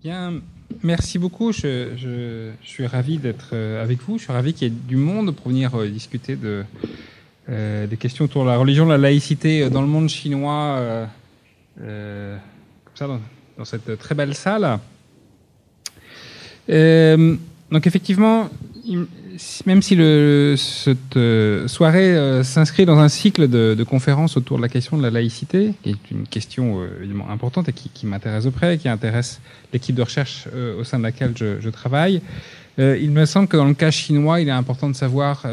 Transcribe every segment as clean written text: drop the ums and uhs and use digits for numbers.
Bien, merci beaucoup. Je suis ravi d'être avec vous. Je suis ravi qu'il y ait du monde pour venir discuter des questions autour de la religion, de la laïcité dans le monde chinois, comme ça, dans cette très belle salle. Donc effectivement, même si cette soirée s'inscrit dans un cycle de conférences autour de la question de la laïcité, qui est une question évidemment importante et qui m'intéresse de près, qui intéresse l'équipe de recherche au sein de laquelle je travaille, il me semble que dans le cas chinois, il est important de savoir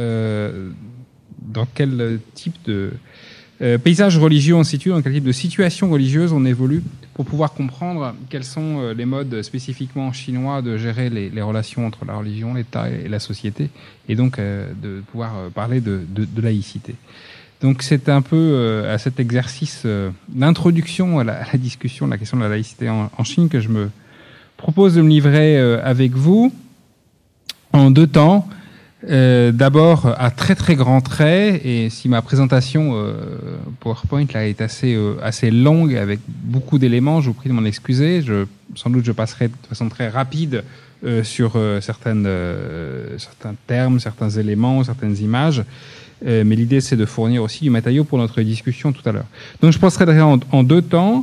dans quel type de paysage religieux on se situe, dans quel type de situation religieuse on évolue, pour pouvoir comprendre quels sont les modes spécifiquement chinois de gérer les relations entre la religion, l'État et la société, et donc de pouvoir parler de laïcité. Donc c'est un peu à cet exercice d'introduction à la discussion de la question de la laïcité en Chine que je me propose de me livrer avec vous en deux temps. D'abord à très très grands traits, et si ma présentation PowerPoint là est assez longue avec beaucoup d'éléments, je vous prie de m'en excuser. Sans doute je passerai de façon très rapide sur certains termes, certains éléments, certaines images, mais l'idée c'est de fournir aussi du matériau pour notre discussion tout à l'heure. Donc je passerai en deux temps.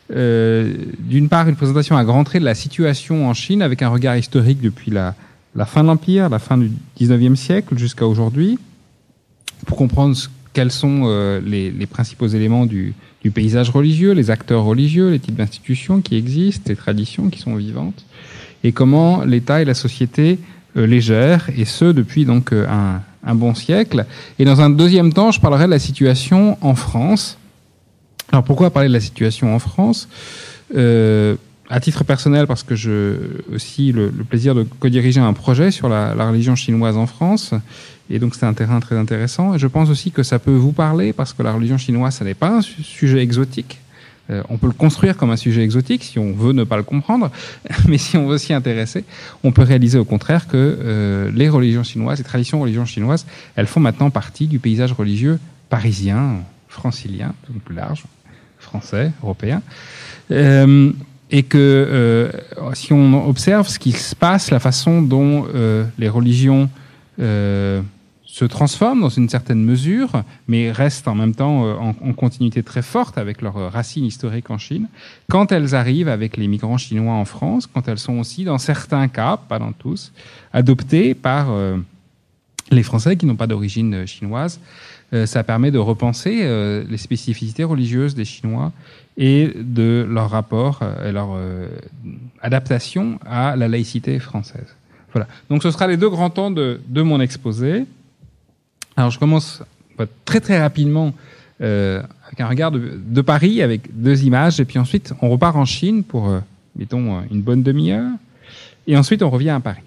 D'une part, une présentation à grands traits de la situation en Chine avec un regard historique depuis la fin de l'Empire, la fin du 19e siècle jusqu'à aujourd'hui, pour comprendre quels sont les principaux éléments du paysage religieux, les acteurs religieux, les types d'institutions qui existent, les traditions qui sont vivantes, et comment l'État et la société les gèrent, et ce depuis donc un bon siècle. Et dans un deuxième temps, je parlerai de la situation en France. Alors pourquoi parler de la situation en France ? À titre personnel, parce que j'ai aussi le plaisir de co-diriger un projet sur la religion chinoise en France, et donc c'est un terrain très intéressant. Et je pense aussi que ça peut vous parler, parce que la religion chinoise, ça n'est pas un sujet exotique. On peut le construire comme un sujet exotique si on veut ne pas le comprendre, mais si on veut s'y intéresser, on peut réaliser au contraire que les religions chinoises, les traditions religieuses chinoises, elles font maintenant partie du paysage religieux parisien, francilien, plus large, français, européen. Et que si on observe ce qui se passe, la façon dont les religions se transforment dans une certaine mesure, mais restent en même temps en continuité très forte avec leurs racines historiques en Chine, quand elles arrivent avec les migrants chinois en France, quand elles sont aussi, dans certains cas, pas dans tous, adoptées par les Français qui n'ont pas d'origine chinoise, ça permet de repenser les spécificités religieuses des Chinois et de leur rapport et leur adaptation à la laïcité française. Voilà. Donc ce sera les deux grands temps de mon exposé. Alors je commence très très rapidement avec un regard de Paris, avec deux images, et puis ensuite on repart en Chine pour, mettons, une bonne demi-heure, et ensuite on revient à Paris.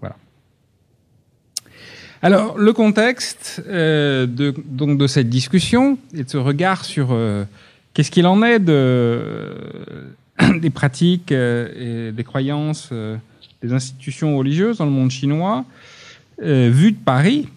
Alors, le contexte donc de cette discussion et de ce regard sur qu'est-ce qu'il en est des pratiques et des croyances des institutions religieuses dans le monde chinois, vu de Paris,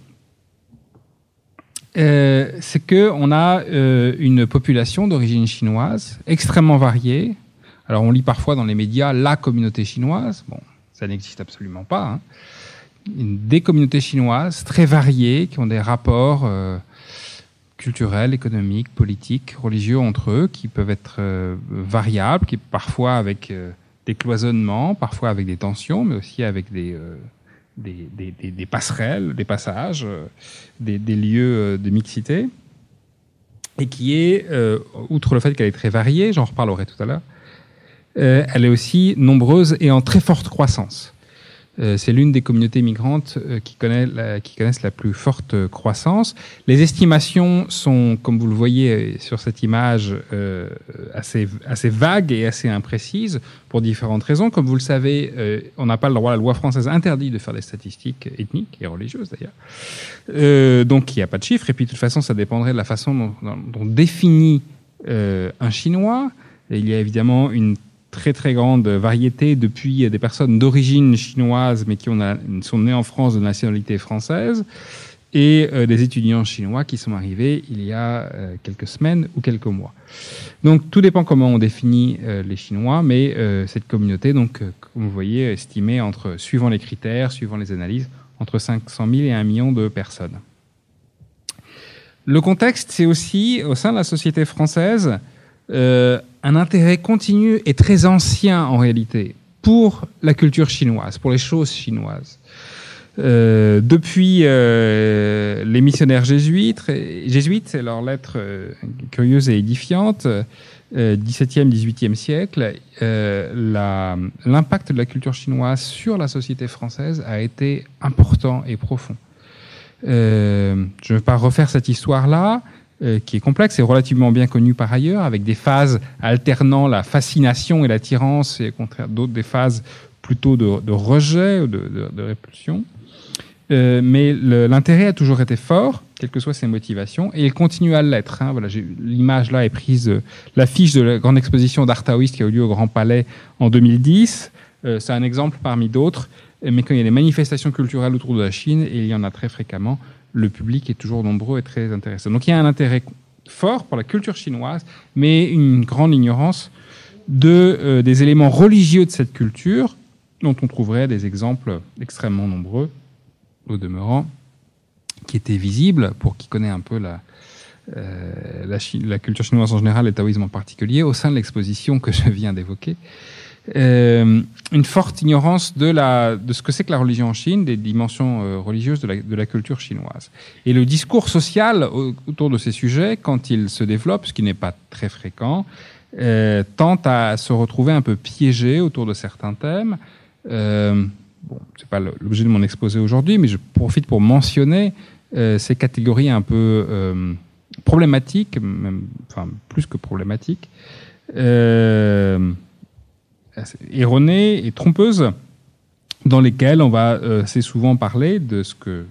c'est qu'on a une population d'origine chinoise extrêmement variée. Alors, on lit parfois dans les médias « la communauté chinoise ». Bon, ça n'existe absolument pas, hein. Des communautés chinoises très variées qui ont des rapports culturels, économiques, politiques, religieux entre eux, qui peuvent être variables, qui parfois avec des cloisonnements, parfois avec des tensions, mais aussi avec des passerelles, des passages, des lieux de mixité, et qui est, outre le fait qu'elle est très variée, j'en reparlerai tout à l'heure, elle est aussi nombreuse et en très forte croissance. C'est l'une des communautés migrantes qui connaissent la plus forte croissance. Les estimations sont, comme vous le voyez sur cette image, assez vagues et assez imprécises pour différentes raisons. Comme vous le savez, on n'a pas le droit, la loi française interdit de faire des statistiques ethniques et religieuses d'ailleurs. Donc il n'y a pas de chiffres. Et puis de toute façon, ça dépendrait de la façon dont on définit un Chinois. Et il y a évidemment une très très grande variété depuis des personnes d'origine chinoise mais qui sont nées en France de nationalité française, et des étudiants chinois qui sont arrivés il y a quelques semaines ou quelques mois. Donc tout dépend comment on définit les Chinois, mais cette communauté, donc, comme vous voyez, est estimée suivant les critères, suivant les analyses, entre 500 000 et 1 million de personnes. Le contexte, c'est aussi, au sein de la société française, un intérêt continu et très ancien en réalité pour la culture chinoise, pour les choses chinoises. Depuis les missionnaires jésuites et leurs lettres curieuses et édifiantes, 17e, 18e siècle, l'impact de la culture chinoise sur la société française a été important et profond. Je ne vais pas refaire cette histoire-là, qui est complexe et relativement bien connue par ailleurs, avec des phases alternant la fascination et l'attirance, et au contraire d'autres des phases plutôt de rejet ou de répulsion. Mais l'intérêt a toujours été fort, quelles que soient ses motivations, et il continue à l'être. Voilà, l'image là est prise, l'affiche de la grande exposition d'art taoïste qui a eu lieu au Grand Palais en 2010. C'est un exemple parmi d'autres, mais quand il y a des manifestations culturelles autour de la Chine, et il y en a très fréquemment, le public est toujours nombreux et très intéressé. Donc il y a un intérêt fort pour la culture chinoise, mais une grande ignorance des éléments religieux de cette culture, dont on trouverait des exemples extrêmement nombreux, au demeurant, qui étaient visibles, pour qui connaît un peu la culture chinoise en général et le taoïsme en particulier, au sein de l'exposition que je viens d'évoquer. Une forte ignorance de ce que c'est que la religion en Chine, des dimensions religieuses de la culture chinoise. Et le discours social autour de ces sujets, quand il se développe, ce qui n'est pas très fréquent, tente à se retrouver un peu piégé autour de certains thèmes. Bon, c'est pas l'objet de mon exposé aujourd'hui, mais je profite pour mentionner ces catégories un peu problématiques, même, enfin plus que problématiques, erronées et trompeuses, dans lesquelles on va assez souvent parler de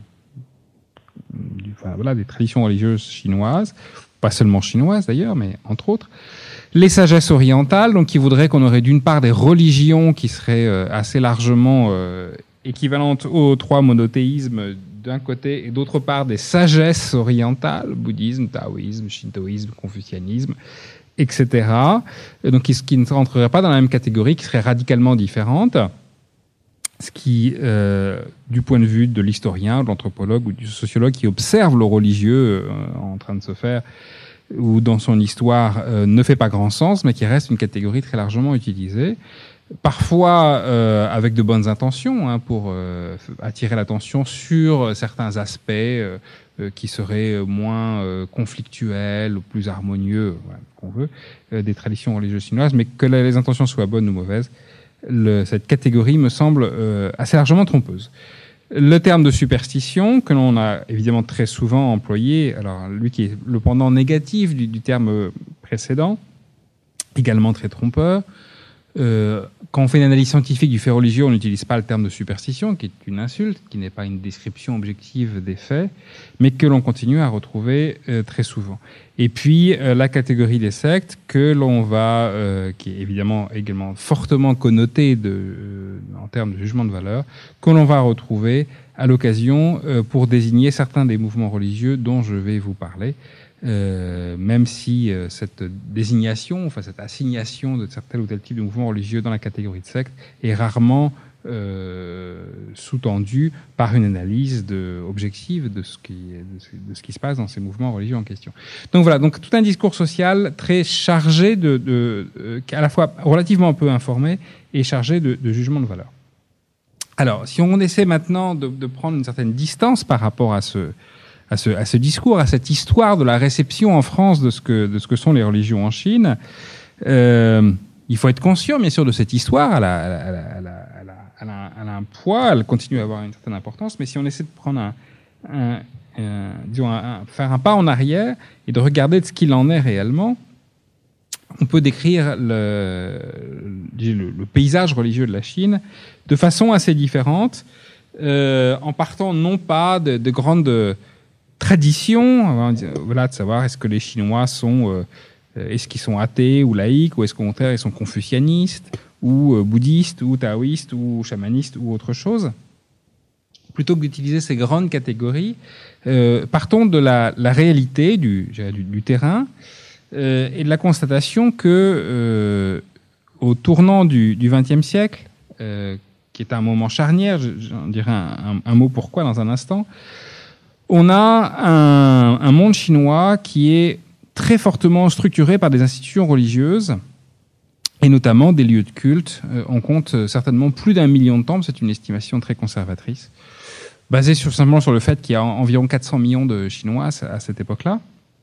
des traditions religieuses chinoises, pas seulement chinoises d'ailleurs, mais entre autres. Les sagesses orientales, donc qui voudraient qu'on aurait d'une part des religions qui seraient assez largement équivalentes aux trois monothéismes d'un côté, et d'autre part des sagesses orientales, bouddhisme, taoïsme, shintoïsme, confucianisme, etc. Et donc qui ne rentreraient pas dans la même catégorie, qui seraient radicalement différentes. Ce qui, du point de vue de l'historien, de l'anthropologue ou du sociologue qui observe le religieux en train de se faire, ou dans son histoire, ne fait pas grand sens, mais qui reste une catégorie très largement utilisée. Parfois avec de bonnes intentions, pour attirer l'attention sur certains aspects qui seraient moins conflictuels ou plus harmonieux, qu'on veut, des traditions religieuses chinoises, mais que les intentions soient bonnes ou mauvaises, cette catégorie me semble assez largement trompeuse. Le terme de superstition, que l'on a évidemment très souvent employé, alors lui qui est le pendant négatif du terme précédent, également très trompeur. Quand on fait une analyse scientifique du fait religieux, on n'utilise pas le terme de superstition, qui est une insulte, qui n'est pas une description objective des faits, mais que l'on continue à retrouver très souvent. Et puis la catégorie des sectes, que l'on va, qui est évidemment également fortement connotée en termes de jugement de valeur, que l'on va retrouver à l'occasion pour désigner certains des mouvements religieux dont je vais vous parler. Même si cette désignation, enfin cette assignation de tel ou tel type de mouvement religieux dans la catégorie de secte est rarement sous-tendue par une analyse objective de ce qui se passe dans ces mouvements religieux en question. Donc voilà, donc tout un discours social très chargé à la fois relativement peu informé et chargé de jugement de valeur. Alors, si on essaie maintenant de prendre une certaine distance par rapport à ce discours, à cette histoire de la réception en France de ce que sont les religions en Chine, il faut être conscient, bien sûr, de cette histoire. Elle a un poids, elle continue à avoir une certaine importance, mais si on essaie de prendre faire un pas en arrière et de regarder de ce qu'il en est réellement, on peut décrire le paysage religieux de la Chine de façon assez différente, en partant non pas de grandes tradition, voilà, de savoir est-ce que les Chinois est-ce qu'ils sont athées ou laïcs, ou est-ce qu'au contraire ils sont confucianistes, ou bouddhistes, ou taoïstes, ou chamanistes, ou autre chose. plutôt que d'utiliser ces grandes catégories, partons de la réalité du terrain et de la constatation que au tournant du XXe siècle, qui est un moment charnière, j'en dirai un mot pourquoi dans un instant, on a un monde chinois qui est très fortement structuré par des institutions religieuses, et notamment des lieux de culte. On compte certainement plus d'1 million de temples, c'est une estimation très conservatrice, basée simplement sur le fait qu'il y a environ 400 millions de Chinois à cette époque-là,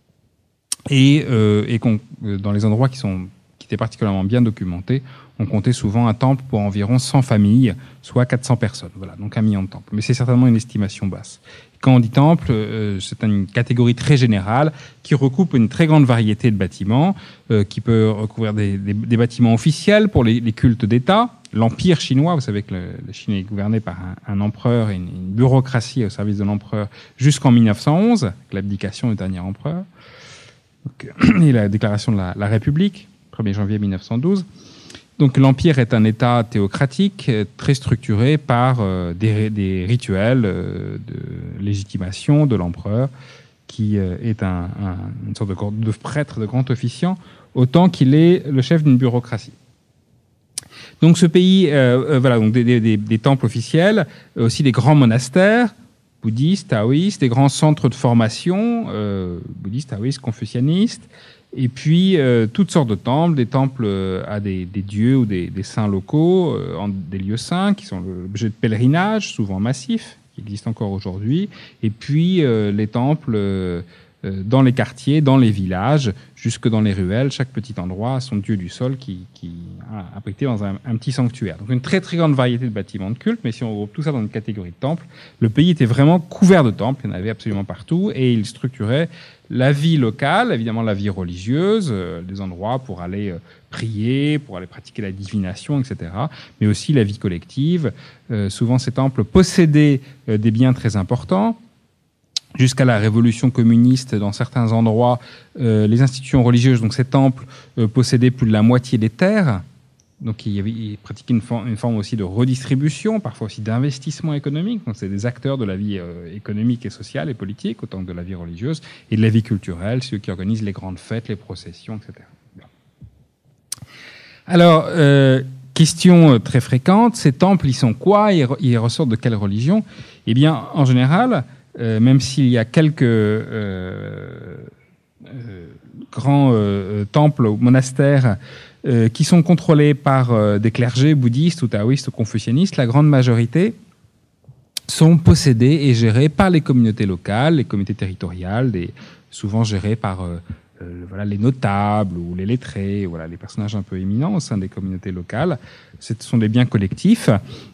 et dans les endroits qui étaient particulièrement bien documentés, on comptait souvent un temple pour environ 100 familles, soit 400 personnes. Voilà, donc 1 million de temples. Mais c'est certainement une estimation basse. Quand on dit temple, c'est une catégorie très générale qui recoupe une très grande variété de bâtiments, qui peut recouvrir des bâtiments officiels pour les cultes d'État. L'Empire chinois, vous savez que la Chine est gouvernée par un empereur et une bureaucratie au service de l'empereur jusqu'en 1911, avec l'abdication du dernier empereur, et la déclaration de la République, 1er janvier 1912. Donc l'Empire est un État théocratique très structuré par des rituels de légitimation de l'empereur, qui est une sorte de prêtre, de grand officiant, autant qu'il est le chef d'une bureaucratie. Donc ce pays, voilà, donc des temples officiels, aussi des grands monastères bouddhistes, taoïstes, des grands centres de formation bouddhistes, taoïstes, confucianistes, et puis toutes sortes de temples, des temples à des dieux ou des saints locaux, des lieux saints qui sont l'objet de pèlerinage, souvent massifs, qui existent encore aujourd'hui, et puis les temples dans les quartiers, dans les villages, jusque dans les ruelles, chaque petit endroit a son dieu du sol qui est abrité dans un petit sanctuaire. Donc une très très grande variété de bâtiments de culte, mais si on regroupe tout ça dans une catégorie de temples, le pays était vraiment couvert de temples, il y en avait absolument partout, et il structurait la vie locale, évidemment la vie religieuse, des endroits pour aller prier, pour aller pratiquer la divination, etc., mais aussi la vie collective. Souvent ces temples possédaient des biens très importants. Jusqu'à la révolution communiste, dans certains endroits, les institutions religieuses, donc ces temples, possédaient plus de la moitié des terres. Donc ils pratiquaient une forme aussi de redistribution, parfois aussi d'investissement économique. Donc c'est des acteurs de la vie économique et sociale et politique, autant que de la vie religieuse, et de la vie culturelle, ceux qui organisent les grandes fêtes, les processions, etc. Alors, question très fréquente, ces temples, ils sont quoi? Ils ressortent de quelle religion? Eh bien, en général, même s'il y a quelques grands temples ou monastères qui sont contrôlés par des clergés bouddhistes ou taoïstes ou confucianistes, la grande majorité sont possédés et gérés par les communautés locales, les communautés territoriales, souvent gérées par voilà, les notables ou les lettrés, voilà, les personnages un peu éminents au sein des communautés locales. Ce sont des biens collectifs.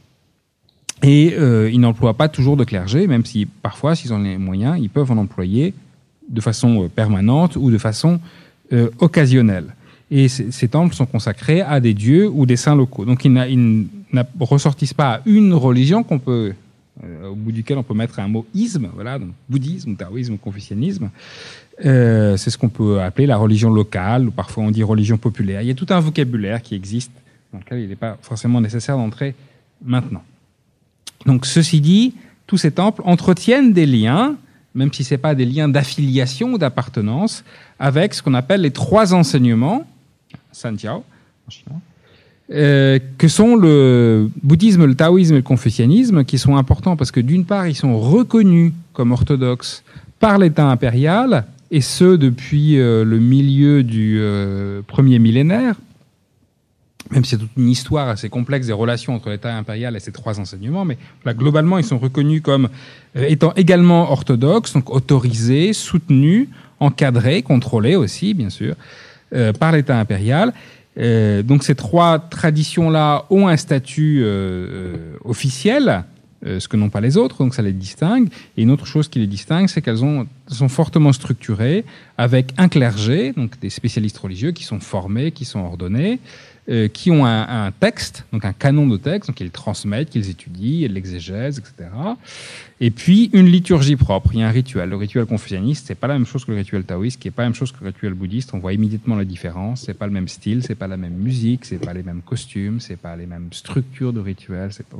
Et ils n'emploient pas toujours de clergé, même si parfois, s'ils ont les moyens, ils peuvent en employer de façon permanente ou de façon occasionnelle. Et ces temples sont consacrés à des dieux ou des saints locaux. Donc ils ne ressortissent pas à une religion qu'on peut, au bout duquel on peut mettre un mot isme, voilà, donc bouddhisme, taoïsme, confucianisme. C'est ce qu'on peut appeler la religion locale, ou parfois on dit religion populaire. Il y a tout un vocabulaire qui existe, dans lequel il n'est pas forcément nécessaire d'entrer maintenant. Donc, ceci dit, tous ces temples entretiennent des liens, même si ce n'est pas des liens d'affiliation ou d'appartenance, avec ce qu'on appelle les 3 enseignements, Sanjiao, en chinois, que sont le bouddhisme, le taoïsme et le confucianisme, qui sont importants parce que, d'une part, ils sont reconnus comme orthodoxes par l'État impérial, et ce, depuis le milieu du premier millénaire, même s'il y a toute une histoire assez complexe des relations entre l'État impérial et ces 3 enseignements, mais là, globalement, ils sont reconnus comme étant également orthodoxes, donc autorisés, soutenus, encadrés, contrôlés aussi, bien sûr, par l'État impérial. Donc ces 3 traditions-là ont un statut officiel, ce que n'ont pas les autres, donc ça les distingue. Et une autre chose qui les distingue, c'est qu'elles sont fortement structurées, avec un clergé, donc des spécialistes religieux qui sont formés, qui sont ordonnés, qui ont un texte, donc un canon de texte, donc ils le transmettent, qu'ils étudient, l'exégèsent, etc. Et puis une liturgie propre, il y a un rituel. Le rituel confucianiste, c'est pas la même chose que le rituel taoïste, qui est pas la même chose que le rituel bouddhiste. On voit immédiatement la différence. C'est pas le même style, c'est pas la même musique, c'est pas les mêmes costumes, c'est pas les mêmes structures de rituel. Voilà.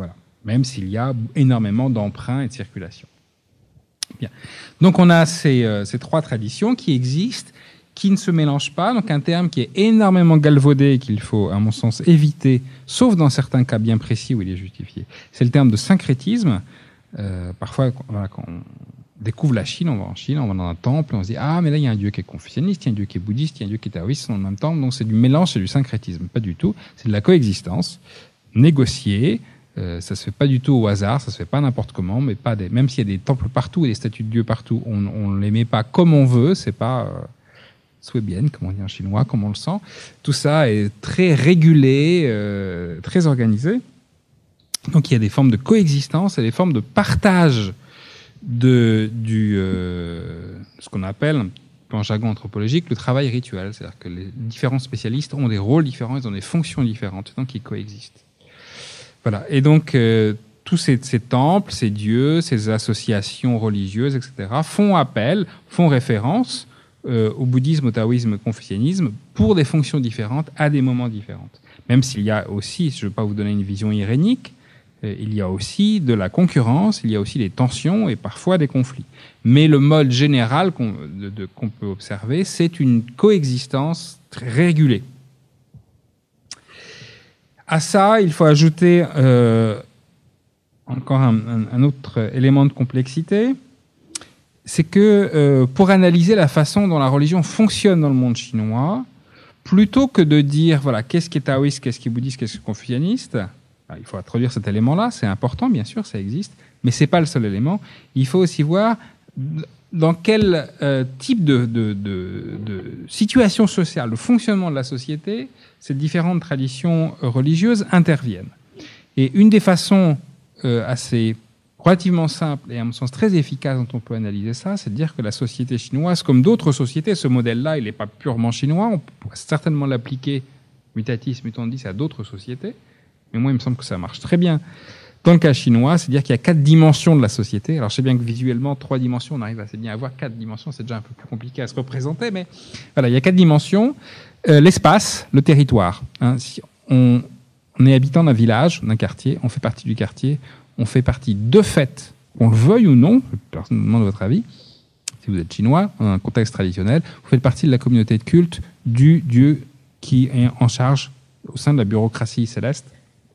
même s'il y a énormément d'emprunts et de circulation. Bien. Donc on a ces trois traditions qui existent, qui ne se mélangent pas. Donc un terme qui est énormément galvaudé et qu'il faut, à mon sens, éviter, sauf dans certains cas bien précis où il est justifié. C'est le terme de syncrétisme. Parfois, voilà, quand on découvre la Chine, on va en Chine, on va dans un temple, et on se dit « Ah, mais là, il y a un dieu qui est confucianiste, il y a un dieu qui est bouddhiste, il y a un dieu qui est taoïste dans le même temple. » Donc c'est du mélange, c'est du syncrétisme. Pas du tout. C'est de la coexistence, négociée. Ça se fait pas du tout au hasard, ça se fait pas n'importe comment, mais pas même s'il y a des temples partout et des statues de dieux partout, on les met pas comme on veut, c'est pas souhait bien, comme on dit en chinois, comme on le sent. Tout ça est très régulé, très organisé. Donc il y a des formes de coexistence et des formes de partage ce qu'on appelle, en jargon anthropologique, le travail rituel. C'est-à-dire que les différents spécialistes ont des rôles différents, ils ont des fonctions différentes, donc ils coexistent. Voilà. Et donc, tous ces temples, ces dieux, ces associations religieuses, etc., font référence au bouddhisme, au taoïsme, au confucianisme, pour des fonctions différentes, à des moments différents. Même s'il y a aussi, je ne veux pas vous donner une vision irénique, il y a aussi de la concurrence, il y a aussi des tensions et parfois des conflits. Mais le mode général qu'on peut observer, c'est une coexistence très régulée. À ça, il faut ajouter encore un autre élément de complexité, c'est que pour analyser la façon dont la religion fonctionne dans le monde chinois, plutôt que de dire voilà qu'est-ce qui est taoïste, qu'est-ce qui est bouddhiste, qu'est-ce qui est confucianiste, il faut introduire cet élément-là, c'est important, bien sûr, ça existe, mais c'est pas le seul élément. Il faut aussi voir dans quel type de situation sociale, de fonctionnement de la société, ces différentes traditions religieuses interviennent. Et une des façons assez relativement simple et à mon sens très efficace dont on peut analyser ça, c'est de dire que la société chinoise, comme d'autres sociétés, ce modèle-là, il n'est pas purement chinois, on pourrait certainement l'appliquer mutatis mutandis à d'autres sociétés, mais moi il me semble que ça marche très bien. Dans le cas chinois, c'est-à-dire qu'il y a 4 dimensions de la société. Alors je sais bien que visuellement, 3 dimensions, on arrive assez bien à voir. 4 dimensions, c'est déjà un peu plus compliqué à se représenter, mais voilà, il y a 4 dimensions. L'espace, le territoire. Hein, si on est habitant d'un village, d'un quartier, on fait partie du quartier, on fait partie de fait, qu'on le veuille ou non, personne ne demande votre avis, si vous êtes chinois, dans un contexte traditionnel, vous faites partie de la communauté de culte du dieu qui est en charge, au sein de la bureaucratie céleste,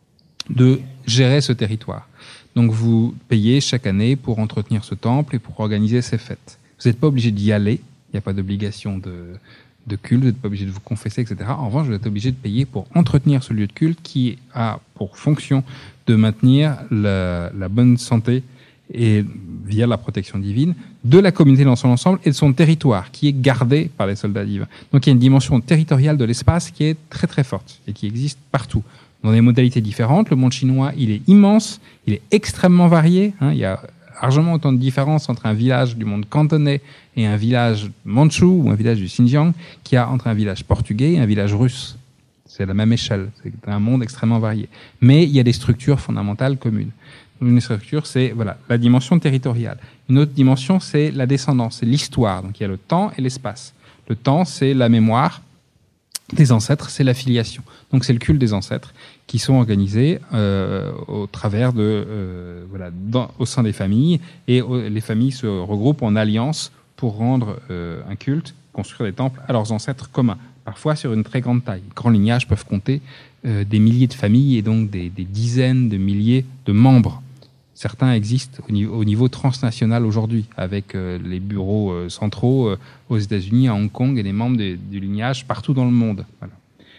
de gérer ce territoire. Donc vous payez chaque année pour entretenir ce temple et pour organiser ces fêtes. Vous n'êtes pas obligé d'y aller, il n'y a pas d'obligation de culte, vous n'êtes pas obligé de vous confesser, etc. En revanche, vous êtes obligé de payer pour entretenir ce lieu de culte qui a pour fonction de maintenir la bonne santé et via la protection divine de la communauté dans son ensemble et de son territoire qui est gardé par les soldats divins. Donc il y a une dimension territoriale de l'espace qui est très très forte et qui existe partout dans des modalités différentes. Le monde chinois, il est immense, il est extrêmement varié. Il y a largement autant de différences entre un village du monde cantonais et un village mandchou ou un village du Xinjiang qu'il y a entre un village portugais et un village russe. C'est la même échelle, c'est un monde extrêmement varié. Mais il y a des structures fondamentales communes. Une structure, c'est voilà, la dimension territoriale. Une autre dimension, c'est la descendance, c'est l'histoire. Donc il y a le temps et l'espace. Le temps, c'est la mémoire des ancêtres, c'est la filiation. Donc c'est le culte des ancêtres qui sont organisés au travers de au sein des familles, et les familles se regroupent en alliances pour rendre un culte, construire des temples à leurs ancêtres communs, parfois sur une très grande taille. Les grands lignages peuvent compter des milliers de familles et donc des dizaines de milliers de membres. Certains existent au niveau transnational aujourd'hui, avec les bureaux centraux aux États-Unis, à Hong Kong, et les membres du lignage partout dans le monde. Voilà.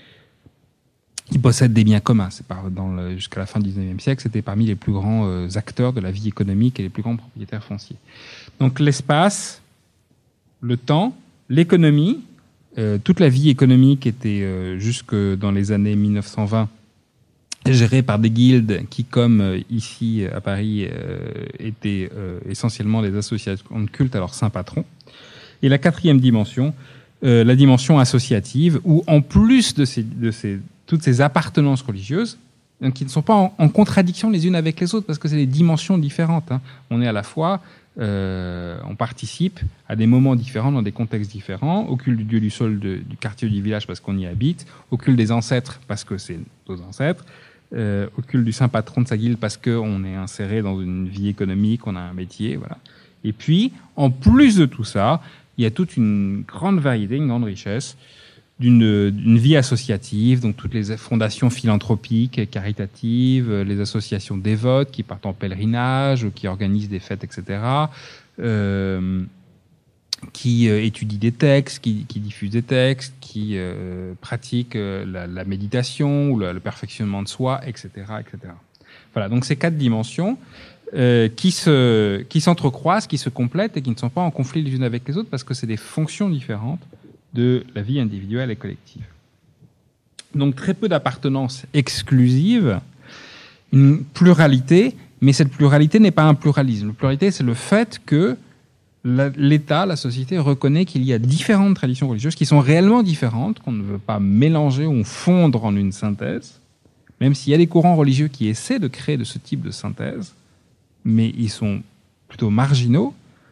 Ils possèdent des biens communs. Jusqu'à la fin du XIXe siècle, c'était parmi les plus grands acteurs de la vie économique et les plus grands propriétaires fonciers. Donc l'espace, le temps, l'économie, toute la vie économique était jusque dans les années 1920 gérée par des guildes qui, comme ici à Paris, étaient essentiellement des associations de culte à leur saint patron. Et la 4e dimension, la dimension associative, où en plus de toutes ces appartenances religieuses, donc qui ne sont pas en contradiction les unes avec les autres, parce que c'est des dimensions différentes. On est à la fois, on participe à des moments différents, dans des contextes différents, au culte du dieu du sol du quartier ou du village parce qu'on y habite, au culte des ancêtres parce que c'est nos ancêtres, au culte du saint patron de sa guilde parce qu'on est inséré dans une vie économique, on a un métier, voilà. Et puis, en plus de tout ça, il y a toute une grande variété, une grande richesse d'une vie associative, donc toutes les fondations philanthropiques, caritatives, les associations dévotes qui partent en pèlerinage, qui organisent des fêtes, etc., qui étudient des textes, qui diffusent des textes, qui pratiquent la méditation ou le perfectionnement de soi, etc., etc. Voilà, donc ces 4 dimensions qui s'entrecroisent, qui se complètent et qui ne sont pas en conflit les unes avec les autres parce que c'est des fonctions différentes de la vie individuelle et collective. Donc très peu d'appartenance exclusive, une pluralité, mais cette pluralité n'est pas un pluralisme. La pluralité, c'est le fait que l'État, la société, reconnaît qu'il y a différentes traditions religieuses qui sont réellement différentes, qu'on ne veut pas mélanger ou fondre en une synthèse, même s'il y a des courants religieux qui essaient de créer de ce type de synthèse, mais ils sont plutôt marginaux.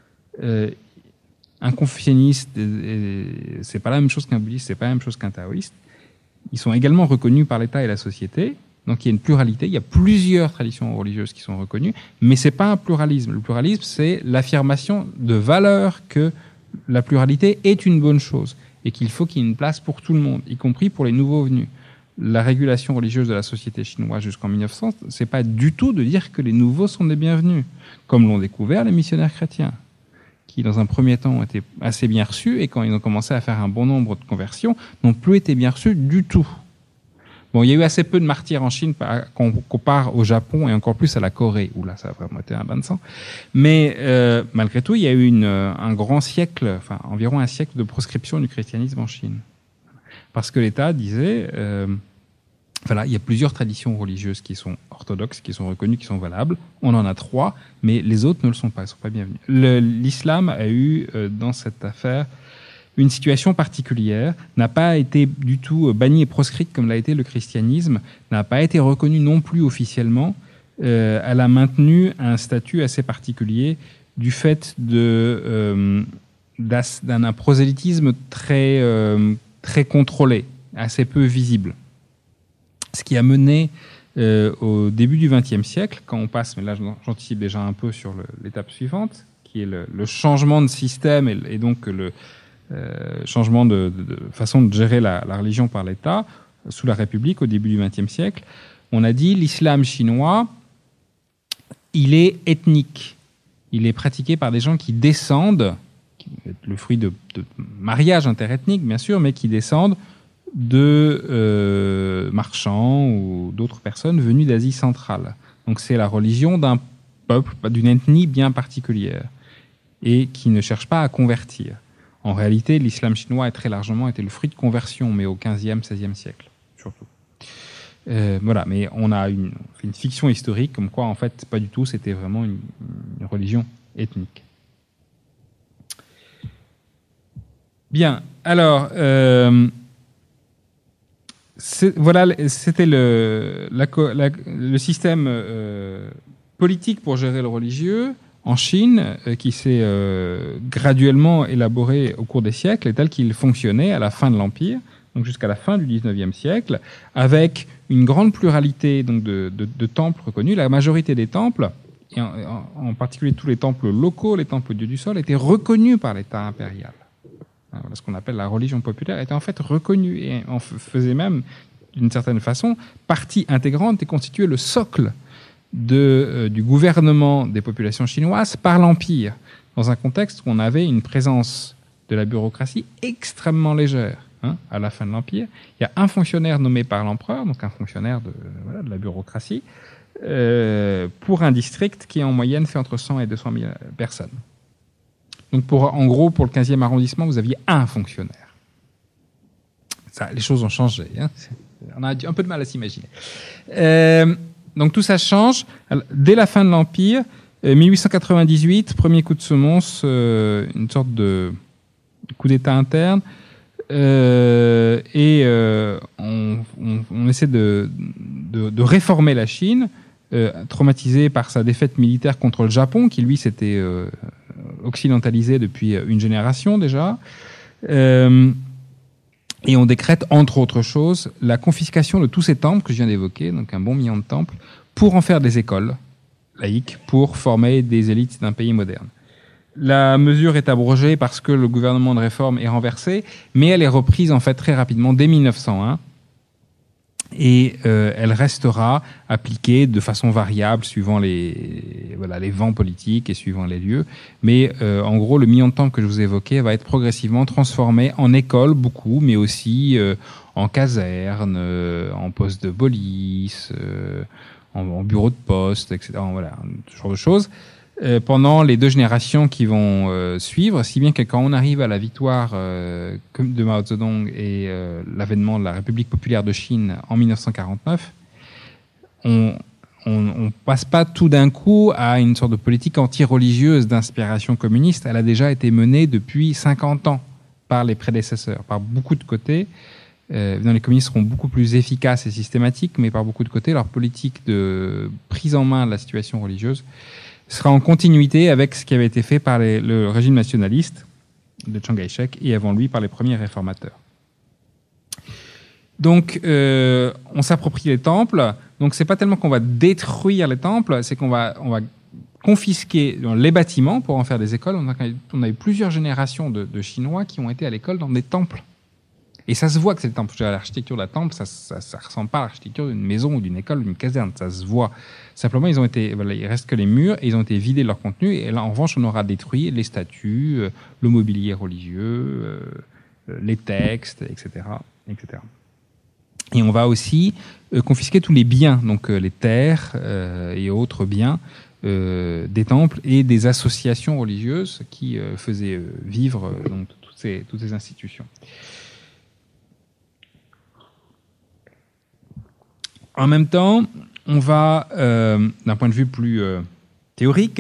Un confucianiste, c'est pas la même chose qu'un bouddhiste, c'est pas la même chose qu'un taoïste. Ils sont également reconnus par l'État et la société. Donc il y a une pluralité, il y a plusieurs traditions religieuses qui sont reconnues, mais c'est pas un pluralisme. Le pluralisme, c'est l'affirmation de valeur que la pluralité est une bonne chose et qu'il faut qu'il y ait une place pour tout le monde, y compris pour les nouveaux venus. La régulation religieuse de la société chinoise jusqu'en 1900, c'est pas du tout de dire que les nouveaux sont des bienvenus, comme l'ont découvert les missionnaires chrétiens, qui dans un premier temps ont été assez bien reçus et quand ils ont commencé à faire un bon nombre de conversions, n'ont plus été bien reçus du tout. Bon, il y a eu assez peu de martyrs en Chine qu'on compare au Japon et encore plus à la Corée, où là ça a vraiment été un bain de sang. Mais malgré tout, il y a eu un grand siècle, enfin environ un siècle de proscription du christianisme en Chine. Parce que l'État disait, voilà, il y a plusieurs traditions religieuses qui sont orthodoxes, qui sont reconnues, qui sont valables. On en a 3, mais les autres ne le sont pas, ils ne sont pas bienvenus. L'islam a eu, dans cette affaire, une situation particulière, n'a pas été du tout bannie et proscrite comme l'a été le christianisme, n'a pas été reconnue non plus officiellement. Elle a maintenu un statut assez particulier du fait d'un prosélytisme très contrôlé, assez peu visible. Ce qui a mené au début du XXe siècle, quand on passe, mais là j'anticipe déjà un peu sur l'étape suivante, qui est le changement de système et donc le changement de façon de gérer la religion par l'État sous la République au début du XXe siècle. On a dit l'islam chinois, il est ethnique. Il est pratiqué par des gens qui descendent, le fruit de mariages interethniques bien sûr, mais qui descendent de marchands ou d'autres personnes venues d'Asie centrale. Donc c'est la religion d'un peuple, d'une ethnie bien particulière et qui ne cherche pas à convertir. En réalité, l'islam chinois a très largement été le fruit de conversion, mais au XVe, XVIe siècle, surtout. Voilà, mais on a fait une fiction historique, comme quoi, en fait, pas du tout, c'était vraiment une religion ethnique. Bien, alors, voilà, c'était le système politique pour gérer le religieux en Chine, qui s'est graduellement élaboré au cours des siècles, et tel qu'il fonctionnait à la fin de l'Empire, donc jusqu'à la fin du XIXe siècle, avec une grande pluralité donc, de temples reconnus. La majorité des temples, et en particulier tous les temples locaux, les temples dieux du sol, étaient reconnus par l'État impérial. Voilà, ce qu'on appelle la religion populaire était en fait reconnue et en faisait même, d'une certaine façon, partie intégrante et constituait le socle du gouvernement des populations chinoises par l'Empire, dans un contexte où on avait une présence de la bureaucratie extrêmement légère. À la fin de l'Empire, il y a un fonctionnaire nommé par l'empereur, donc un fonctionnaire de la bureaucratie, pour un district qui en moyenne fait entre 100 et 200 000 personnes. Donc en gros, pour le 15e arrondissement, vous aviez un fonctionnaire. Ça, les choses ont changé. On a un peu de mal à s'imaginer. Donc tout ça change. Dès la fin de l'Empire, 1898, premier coup de semonce, une sorte de coup d'État interne, on essaie de réformer la Chine, traumatisé par sa défaite militaire contre le Japon, qui lui s'était occidentalisé depuis une génération déjà. Et on décrète, entre autres choses, la confiscation de tous ces temples que je viens d'évoquer, donc 1 bon million de temples, pour en faire des écoles laïques, pour former des élites d'un pays moderne. La mesure est abrogée parce que le gouvernement de réforme est renversé, mais elle est reprise en fait très rapidement dès 1901. Et elle restera appliquée de façon variable suivant les vents politiques et suivant les lieux. Mais en gros, le million de temples que je vous évoquais va être progressivement transformé en école, beaucoup, mais aussi en caserne, en poste de police, en bureau de poste, etc. Voilà, ce genre de choses. Pendant les 2 générations qui vont suivre, si bien que quand on arrive à la victoire de Mao Zedong et l'avènement de la République populaire de Chine en 1949, on passe pas tout d'un coup à une sorte de politique anti-religieuse d'inspiration communiste. Elle a déjà été menée depuis 50 ans par les prédécesseurs, par beaucoup de côtés. Les communistes seront beaucoup plus efficaces et systématiques, mais par beaucoup de côtés, leur politique de prise en main de la situation religieuse sera en continuité avec ce qui avait été fait par le régime nationaliste de Chiang Kai-shek et avant lui par les premiers réformateurs. Donc, on s'approprie les temples. Donc, c'est pas tellement qu'on va détruire les temples, c'est qu'on va confisquer les bâtiments pour en faire des écoles. On a eu plusieurs générations de Chinois qui ont été à l'école dans des temples. Et ça se voit que c'est le temple. L'architecture d'un temple, ça ressemble pas à l'architecture d'une maison ou d'une école ou d'une caserne. Ça se voit. Simplement, il reste que les murs et ils ont été vidés de leur contenu. Et là, en revanche, on aura détruit les statues, le mobilier religieux, les textes, etc., etc. Et on va aussi confisquer tous les biens, donc les terres et autres biens des temples et des associations religieuses qui faisaient vivre donc, toutes ces institutions. En même temps, on va, d'un point de vue plus théorique,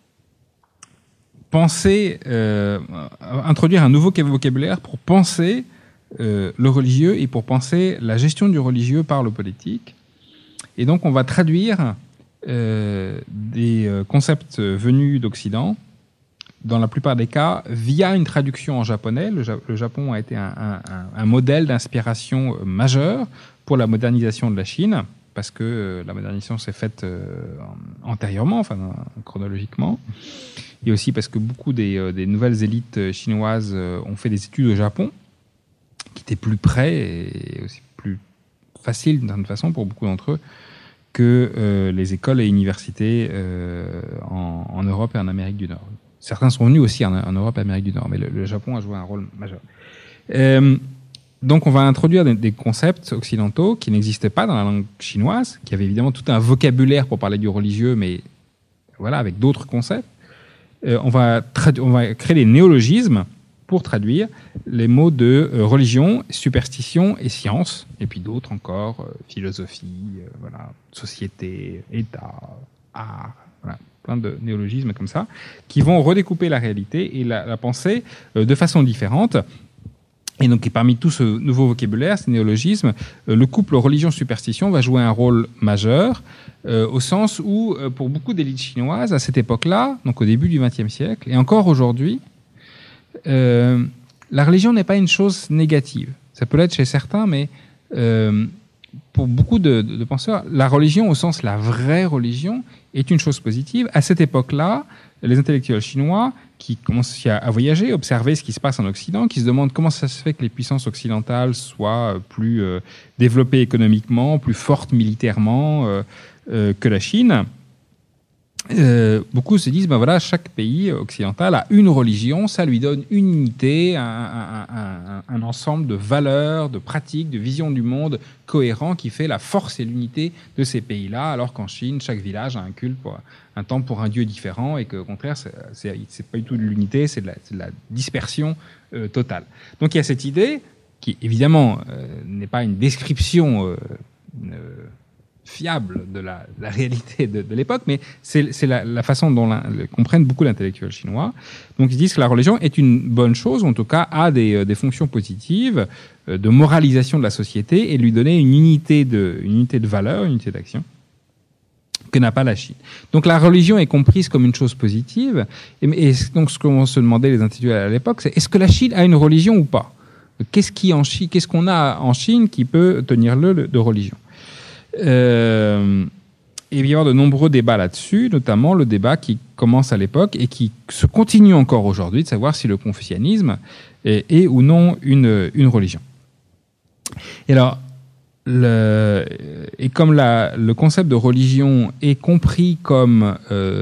introduire un nouveau vocabulaire pour penser le religieux et pour penser la gestion du religieux par le politique. Et donc, on va traduire des concepts venus d'Occident, dans la plupart des cas, via une traduction en japonais. Le Japon a été un modèle d'inspiration majeur pour la modernisation de la Chine, parce que la modernisation s'est faite antérieurement, enfin chronologiquement, et aussi parce que beaucoup des nouvelles élites chinoises ont fait des études au Japon, qui étaient plus près et aussi plus faciles d'une certaine façon pour beaucoup d'entre eux que les écoles et universités en Europe et en Amérique du Nord. Certains sont venus aussi en Europe et en Amérique du Nord, mais le Japon a joué un rôle majeur. Donc on va introduire des concepts occidentaux qui n'existaient pas dans la langue chinoise, qui avait évidemment tout un vocabulaire pour parler du religieux, mais voilà, avec d'autres concepts. On va créer des néologismes pour traduire les mots de religion, superstition et science, et puis d'autres encore, philosophie, voilà, société, État, art, voilà, plein de néologismes comme ça, qui vont redécouper la réalité et la pensée de façon différente. Et donc, parmi tout ce nouveau vocabulaire, ces néologismes, le couple religion-superstition va jouer un rôle majeur, au sens où, pour beaucoup d'élites chinoises, à cette époque-là, donc au début du XXe siècle, et encore aujourd'hui, la religion n'est pas une chose négative. Ça peut l'être chez certains, mais pour beaucoup de penseurs, la religion, au sens la vraie religion, est une chose positive. À cette époque-là, les intellectuels chinois qui commencent à voyager, observer ce qui se passe en Occident, qui se demandent comment ça se fait que les puissances occidentales soient plus développées économiquement, plus fortes militairement que la Chine. Beaucoup se disent, ben voilà, chaque pays occidental a une religion, ça lui donne une unité, un ensemble de valeurs, de pratiques, de visions du monde cohérent qui fait la force et l'unité de ces pays-là, alors qu'en Chine, chaque village a un culte, un temple pour un dieu différent, et qu'au contraire, c'est pas du tout de l'unité, c'est de la dispersion totale. Donc il y a cette idée, qui évidemment n'est pas une description fiable de la réalité de l'époque, mais c'est la façon dont comprennent beaucoup d'intellectuels chinois. Donc ils disent que la religion est une bonne chose, ou en tout cas a des fonctions positives de moralisation de la société et lui donner une unité de valeur, une unité d'action que n'a pas la Chine. Donc la religion est comprise comme une chose positive, et donc ce qu'on se demandait les intellectuels à l'époque, c'est est-ce que la Chine a une religion ou pas ? Qu'est-ce qu'on a en Chine qui peut tenir lieu de religion? Et il va y avoir de nombreux débats là-dessus, notamment le débat qui commence à l'époque et qui se continue encore aujourd'hui, de savoir si le confucianisme est ou non une religion. Et alors, comme le concept de religion est compris comme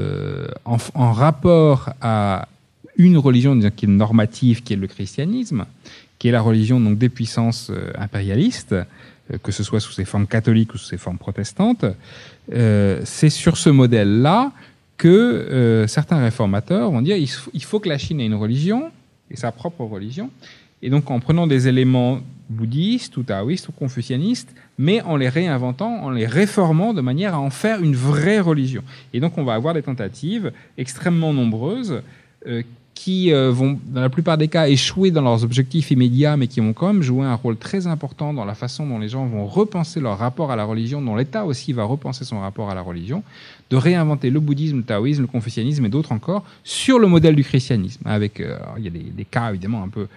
en rapport à une religion qui est normative, qui est le christianisme, qui est la religion donc des puissances impérialistes, que ce soit sous ses formes catholiques ou sous ses formes protestantes, c'est sur ce modèle-là que certains réformateurs vont dire il faut que la Chine ait une religion, et sa propre religion, et donc en prenant des éléments bouddhistes ou taoïstes ou confucianistes, mais en les réinventant, en les réformant de manière à en faire une vraie religion. Et donc on va avoir des tentatives extrêmement nombreuses qui vont, dans la plupart des cas, échouer dans leurs objectifs immédiats, mais qui vont quand même jouer un rôle très important dans la façon dont les gens vont repenser leur rapport à la religion, dont l'État aussi va repenser son rapport à la religion, de réinventer le bouddhisme, le taoïsme, le confucianisme et d'autres encore, sur le modèle du christianisme. Avec, il y a des cas, évidemment, un peu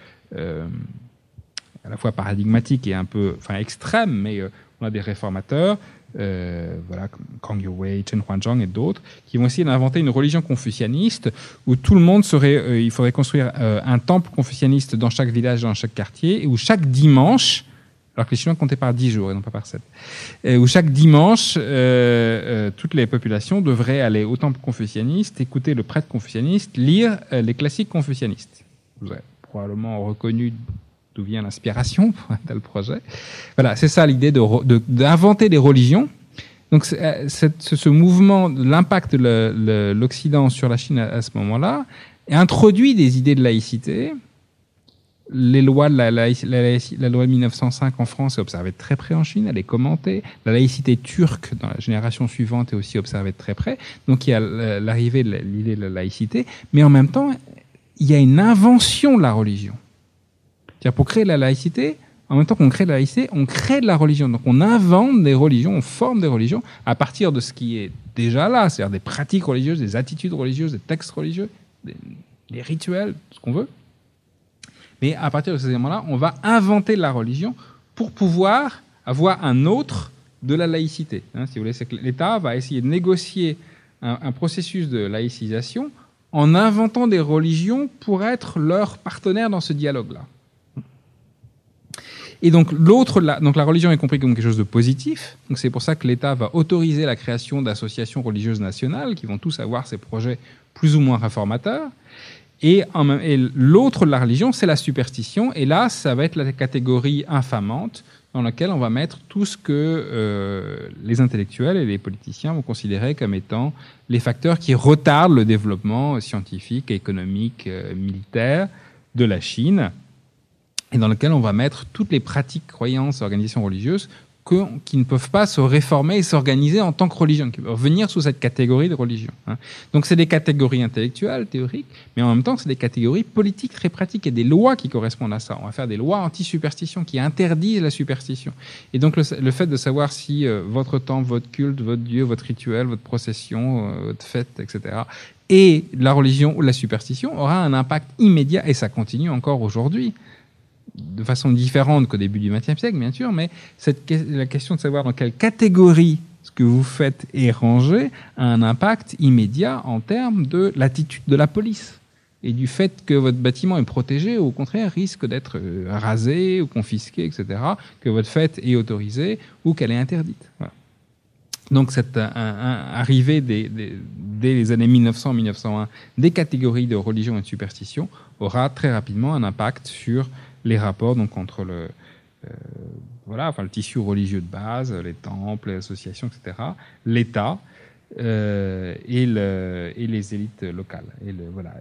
à la fois paradigmatiques et un peu extrêmes, mais on a des réformateurs, comme Kang Youwei, Chen Huangzhang et d'autres, qui vont essayer d'inventer une religion confucianiste où tout le monde serait, il faudrait construire un temple confucianiste dans chaque village, dans chaque quartier, et où chaque dimanche, alors que les Chinois comptaient par 10 jours et non pas par 7, où chaque dimanche, toutes les populations devraient aller au temple confucianiste, écouter le prêtre confucianiste, lire les classiques confucianistes. Vous avez probablement reconnu d'où vient l'inspiration pour un tel projet. Voilà, c'est ça l'idée d'inventer des religions. Donc ce mouvement, l'impact de l'Occident sur la Chine à ce moment-là, introduit des idées de laïcité. Les lois de la loi de 1905 en France est observée de très près en Chine, elle est commentée. La laïcité turque dans la génération suivante est aussi observée de très près. Donc il y a l'arrivée de l'idée de la laïcité, mais en même temps, il y a une invention de la religion. C'est-à-dire pour créer la laïcité, en même temps qu'on crée de la laïcité, on crée de la religion. Donc on invente des religions, on forme des religions à partir de ce qui est déjà là, c'est-à-dire des pratiques religieuses, des attitudes religieuses, des textes religieux, des rituels, ce qu'on veut. Mais à partir de ces éléments-là, on va inventer la religion pour pouvoir avoir un autre de la laïcité. Si vous voulez, c'est que l'État va essayer de négocier un processus de laïcisation en inventant des religions pour être leur partenaire dans ce dialogue-là. Et donc la religion est comprise comme quelque chose de positif. Donc c'est pour ça que l'État va autoriser la création d'associations religieuses nationales qui vont tous avoir ces projets plus ou moins réformateurs. Et l'autre de la religion, c'est la superstition. Et là, ça va être la catégorie infamante dans laquelle on va mettre tout ce que les intellectuels et les politiciens vont considérer comme étant les facteurs qui retardent le développement scientifique, économique, militaire de la Chine, et dans lequel on va mettre toutes les pratiques, croyances, organisations religieuses qui ne peuvent pas se réformer et s'organiser en tant que religion, qui peuvent venir sous cette catégorie de religion. Donc c'est des catégories intellectuelles, théoriques, mais en même temps c'est des catégories politiques très pratiques et des lois qui correspondent à ça. On va faire des lois anti-superstition qui interdisent la superstition. Et donc le fait de savoir si votre temple, votre culte, votre dieu, votre rituel, votre procession, votre fête, etc., et la religion ou la superstition aura un impact immédiat, et ça continue encore aujourd'hui, de façon différente qu'au début du XXe siècle, bien sûr, mais la question de savoir dans quelle catégorie ce que vous faites est rangé a un impact immédiat en termes de l'attitude de la police et du fait que votre bâtiment est protégé ou au contraire risque d'être rasé ou confisqué, etc., que votre fête est autorisée ou qu'elle est interdite. Voilà. Donc cette arrivée dès les années 1900-1901 des catégories de religion et de superstition aura très rapidement un impact sur les rapports donc entre le tissu religieux de base, les temples, les associations, etc., l'État et les élites locales, et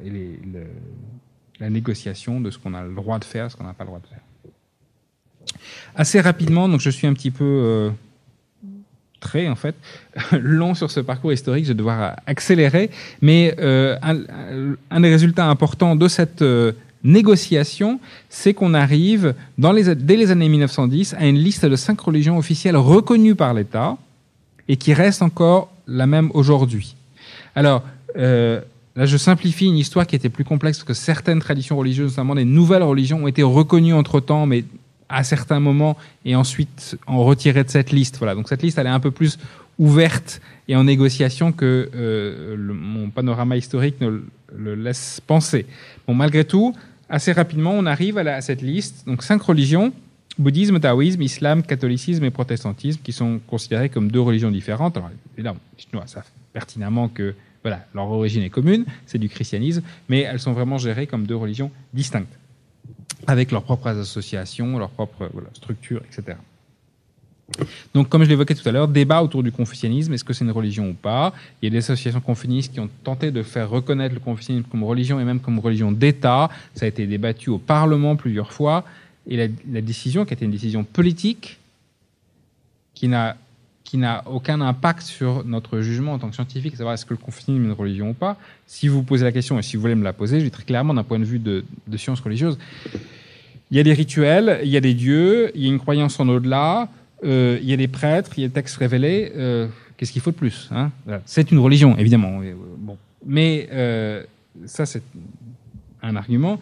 la négociation de ce qu'on a le droit de faire, ce qu'on n'a pas le droit de faire. Assez rapidement, donc je suis un petit peu très long sur ce parcours historique, je vais devoir accélérer, mais un des résultats importants de cette négociation, c'est qu'on arrive, dès les années 1910, à une liste de 5 religions officielles reconnues par l'État et qui reste encore la même aujourd'hui. Alors, là, je simplifie une histoire qui était plus complexe, parce que certaines traditions religieuses, notamment des nouvelles religions, ont été reconnues entre-temps, mais à certains moments, et ensuite en retirées de cette liste. Voilà. Donc cette liste, elle est un peu plus ouverte et en négociation que mon panorama historique ne le laisse penser. Bon, malgré tout, assez rapidement, on arrive à cette liste. Donc 5 religions: bouddhisme, taoïsme, islam, catholicisme et protestantisme, qui sont considérées comme 2 religions différentes. Alors évidemment, les Chinois savent pertinemment que voilà, leur origine est commune, c'est du christianisme, mais elles sont vraiment gérées comme 2 religions distinctes, avec leurs propres associations, leurs propres structures, etc. Donc, comme je l'évoquais tout à l'heure, débat autour du confucianisme, est-ce que c'est une religion ou pas? Il y a des associations confucianistes qui ont tenté de faire reconnaître le confucianisme comme religion et même comme religion d'État. Ça a été débattu au Parlement plusieurs fois. Et la décision, qui a été une décision politique, qui n'a aucun impact sur notre jugement en tant que scientifique, savoir est-ce que le confucianisme est une religion ou pas. Si vous posez la question, et si vous voulez me la poser, je dis très clairement d'un point de vue de science religieuse, il y a des rituels, il y a des dieux, il y a une croyance en au-delà, il y a des prêtres, il y a des textes révélés. Qu'est-ce qu'il faut de plus, hein? C'est une religion, évidemment. Bon. Mais ça, c'est un argument.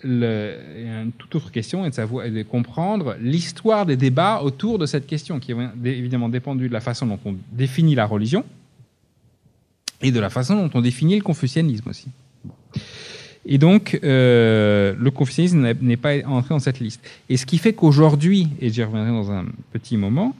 Une toute autre question est de comprendre l'histoire des débats autour de cette question, qui est évidemment dépendu de la façon dont on définit la religion et de la façon dont on définit le confucianisme aussi. Bon. Et donc, le confucianisme n'est pas entré dans cette liste. Et ce qui fait qu'aujourd'hui, et j'y reviendrai dans un petit moment,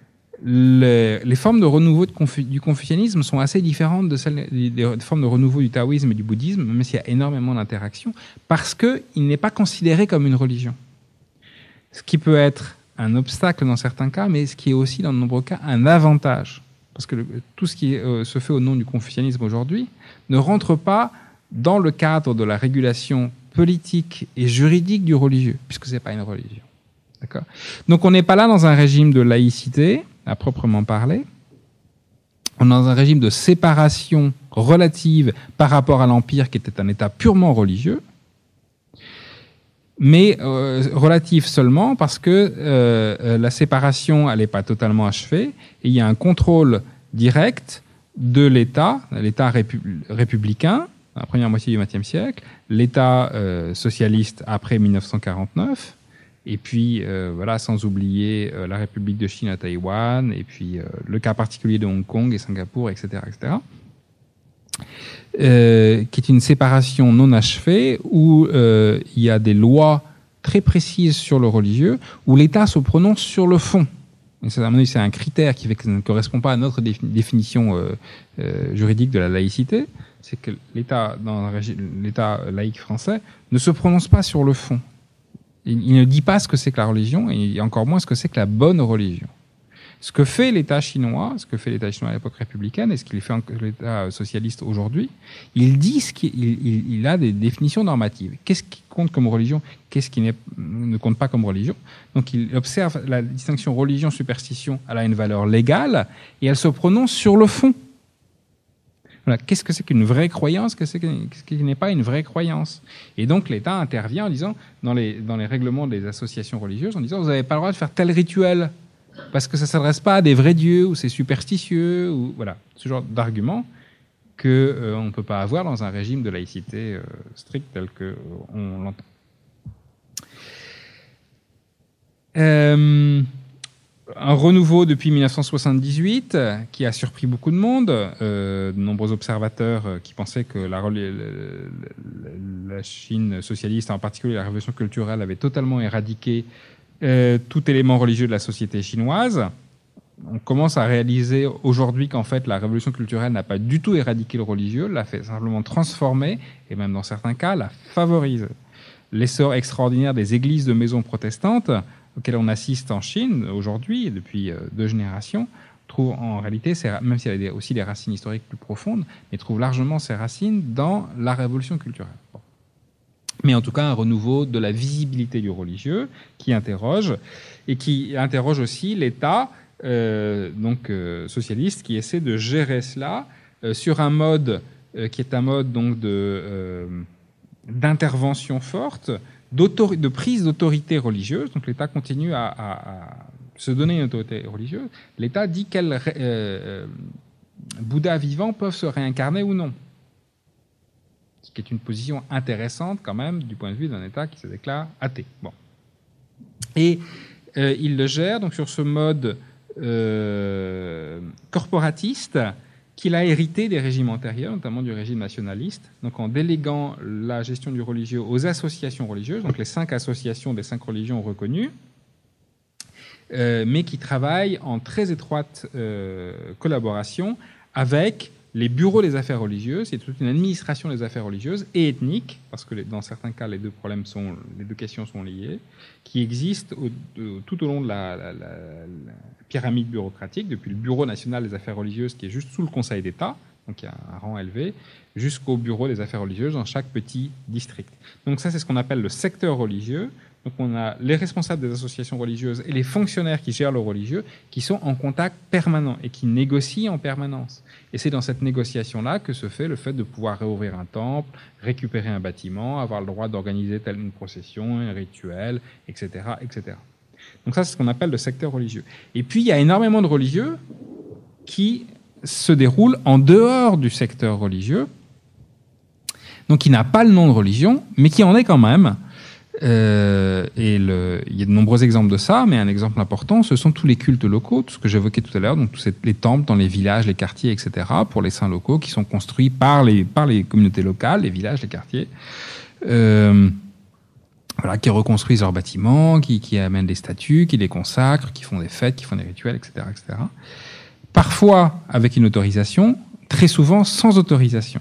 les formes de renouveau du confucianisme sont assez différentes de celles des formes de renouveau du taoïsme et du bouddhisme, même s'il y a énormément d'interactions, parce qu'il n'est pas considéré comme une religion. Ce qui peut être un obstacle dans certains cas, mais ce qui est aussi, dans de nombreux cas, un avantage. Parce que tout ce qui se fait au nom du confucianisme aujourd'hui ne rentre pas dans le cadre de la régulation politique et juridique du religieux, puisque ce n'est pas une religion. D'accord ? Donc on n'est pas là dans un régime de laïcité, à proprement parler. On est dans un régime de séparation relative par rapport à l'Empire, qui était un État purement religieux, mais relative seulement parce que la séparation, elle n'est pas totalement achevée, et il y a un contrôle direct de l'État républicain, la première moitié du XXe siècle, l'État socialiste après 1949, et puis voilà, sans oublier la République de Chine à Taïwan, et puis le cas particulier de Hong Kong et Singapour, etc., qui est une séparation non achevée où il y a des lois très précises sur le religieux, où l'État se prononce sur le fond. Et ça, à mon avis, c'est un critère qui fait que ça ne correspond pas à notre définition juridique de la laïcité. C'est que l'État, dans l'État laïque français, ne se prononce pas sur le fond. Il ne dit pas ce que c'est que la religion, et encore moins ce que c'est que la bonne religion. Ce que fait l'État chinois, à l'époque républicaine, et ce qu'il fait l'État socialiste aujourd'hui, il dit il a des définitions normatives. Qu'est-ce qui compte comme religion? Qu'est-ce qui ne compte pas comme religion? Donc il observe la distinction religion-superstition, elle a une valeur légale, et elle se prononce sur le fond. Voilà. Qu'est-ce que c'est qu'une vraie croyance? Qu'est-ce qui n'est pas une vraie croyance? Et donc l'État intervient en disant, dans les règlements des associations religieuses, en disant, vous n'avez pas le droit de faire tel rituel, parce que ça ne s'adresse pas à des vrais dieux, ou c'est superstitieux, ou voilà, ce genre d'argument qu'on ne peut pas avoir dans un régime de laïcité strict tel qu'on l'entend. Un renouveau depuis 1978 qui a surpris beaucoup de monde, de nombreux observateurs qui pensaient que la Chine socialiste, en particulier la révolution culturelle, avait totalement éradiqué tout élément religieux de la société chinoise. On commence à réaliser aujourd'hui qu'en fait la révolution culturelle n'a pas du tout éradiqué le religieux, l'a fait simplement transformer, et même dans certains cas l'a favorisé. L'essor extraordinaire des églises de maisons protestantes auxquelles on assiste en Chine aujourd'hui, depuis 2 générations, trouve en réalité, même si elle a aussi des racines historiques plus profondes, mais trouve largement ses racines dans la révolution culturelle. Bon. Mais en tout cas, un renouveau de la visibilité du religieux qui interroge, et qui interroge aussi l'État socialiste qui essaie de gérer cela sur un mode qui est un mode donc d'intervention forte, de prise d'autorité religieuse. Donc l'État continue à se donner une autorité religieuse. L'État dit quels Bouddhas vivants peuvent se réincarner ou non. Ce qui est une position intéressante quand même du point de vue d'un État qui se déclare athée. Bon. Et il le gère donc sur ce mode corporatiste qu'il a hérité des régimes antérieurs, notamment du régime nationaliste, donc en déléguant la gestion du religieux aux associations religieuses, donc les 5 associations des 5 religions reconnues, mais qui travaillent en très étroite collaboration avec les bureaux des affaires religieuses, c'est toute une administration des affaires religieuses et ethniques, parce que dans certains cas, les deux questions sont liées, qui existent tout au long de la pyramide bureaucratique, depuis le Bureau national des affaires religieuses, qui est juste sous le Conseil d'État, donc il y a un rang élevé, jusqu'au Bureau des affaires religieuses dans chaque petit district. Donc ça, c'est ce qu'on appelle le secteur religieux. Donc on a les responsables des associations religieuses et les fonctionnaires qui gèrent le religieux qui sont en contact permanent et qui négocient en permanence. Et c'est dans cette négociation-là que se fait le fait de pouvoir réouvrir un temple, récupérer un bâtiment, avoir le droit d'organiser telle une procession, un rituel, etc., etc. Donc ça, c'est ce qu'on appelle le secteur religieux. Et puis, il y a énormément de religieux qui se déroulent en dehors du secteur religieux, donc qui n'a pas le nom de religion, mais qui en est quand même. Il y a de nombreux exemples de ça, mais un exemple important, ce sont tous les cultes locaux, tout ce que j'évoquais tout à l'heure, donc tous les temples dans les villages, les quartiers, etc., pour les saints locaux, qui sont construits par les communautés locales, les villages, les quartiers, qui reconstruisent leurs bâtiments, qui amènent des statues, qui les consacrent, qui font des fêtes, qui font des rituels, etc., etc. Parfois avec une autorisation, très souvent sans autorisation.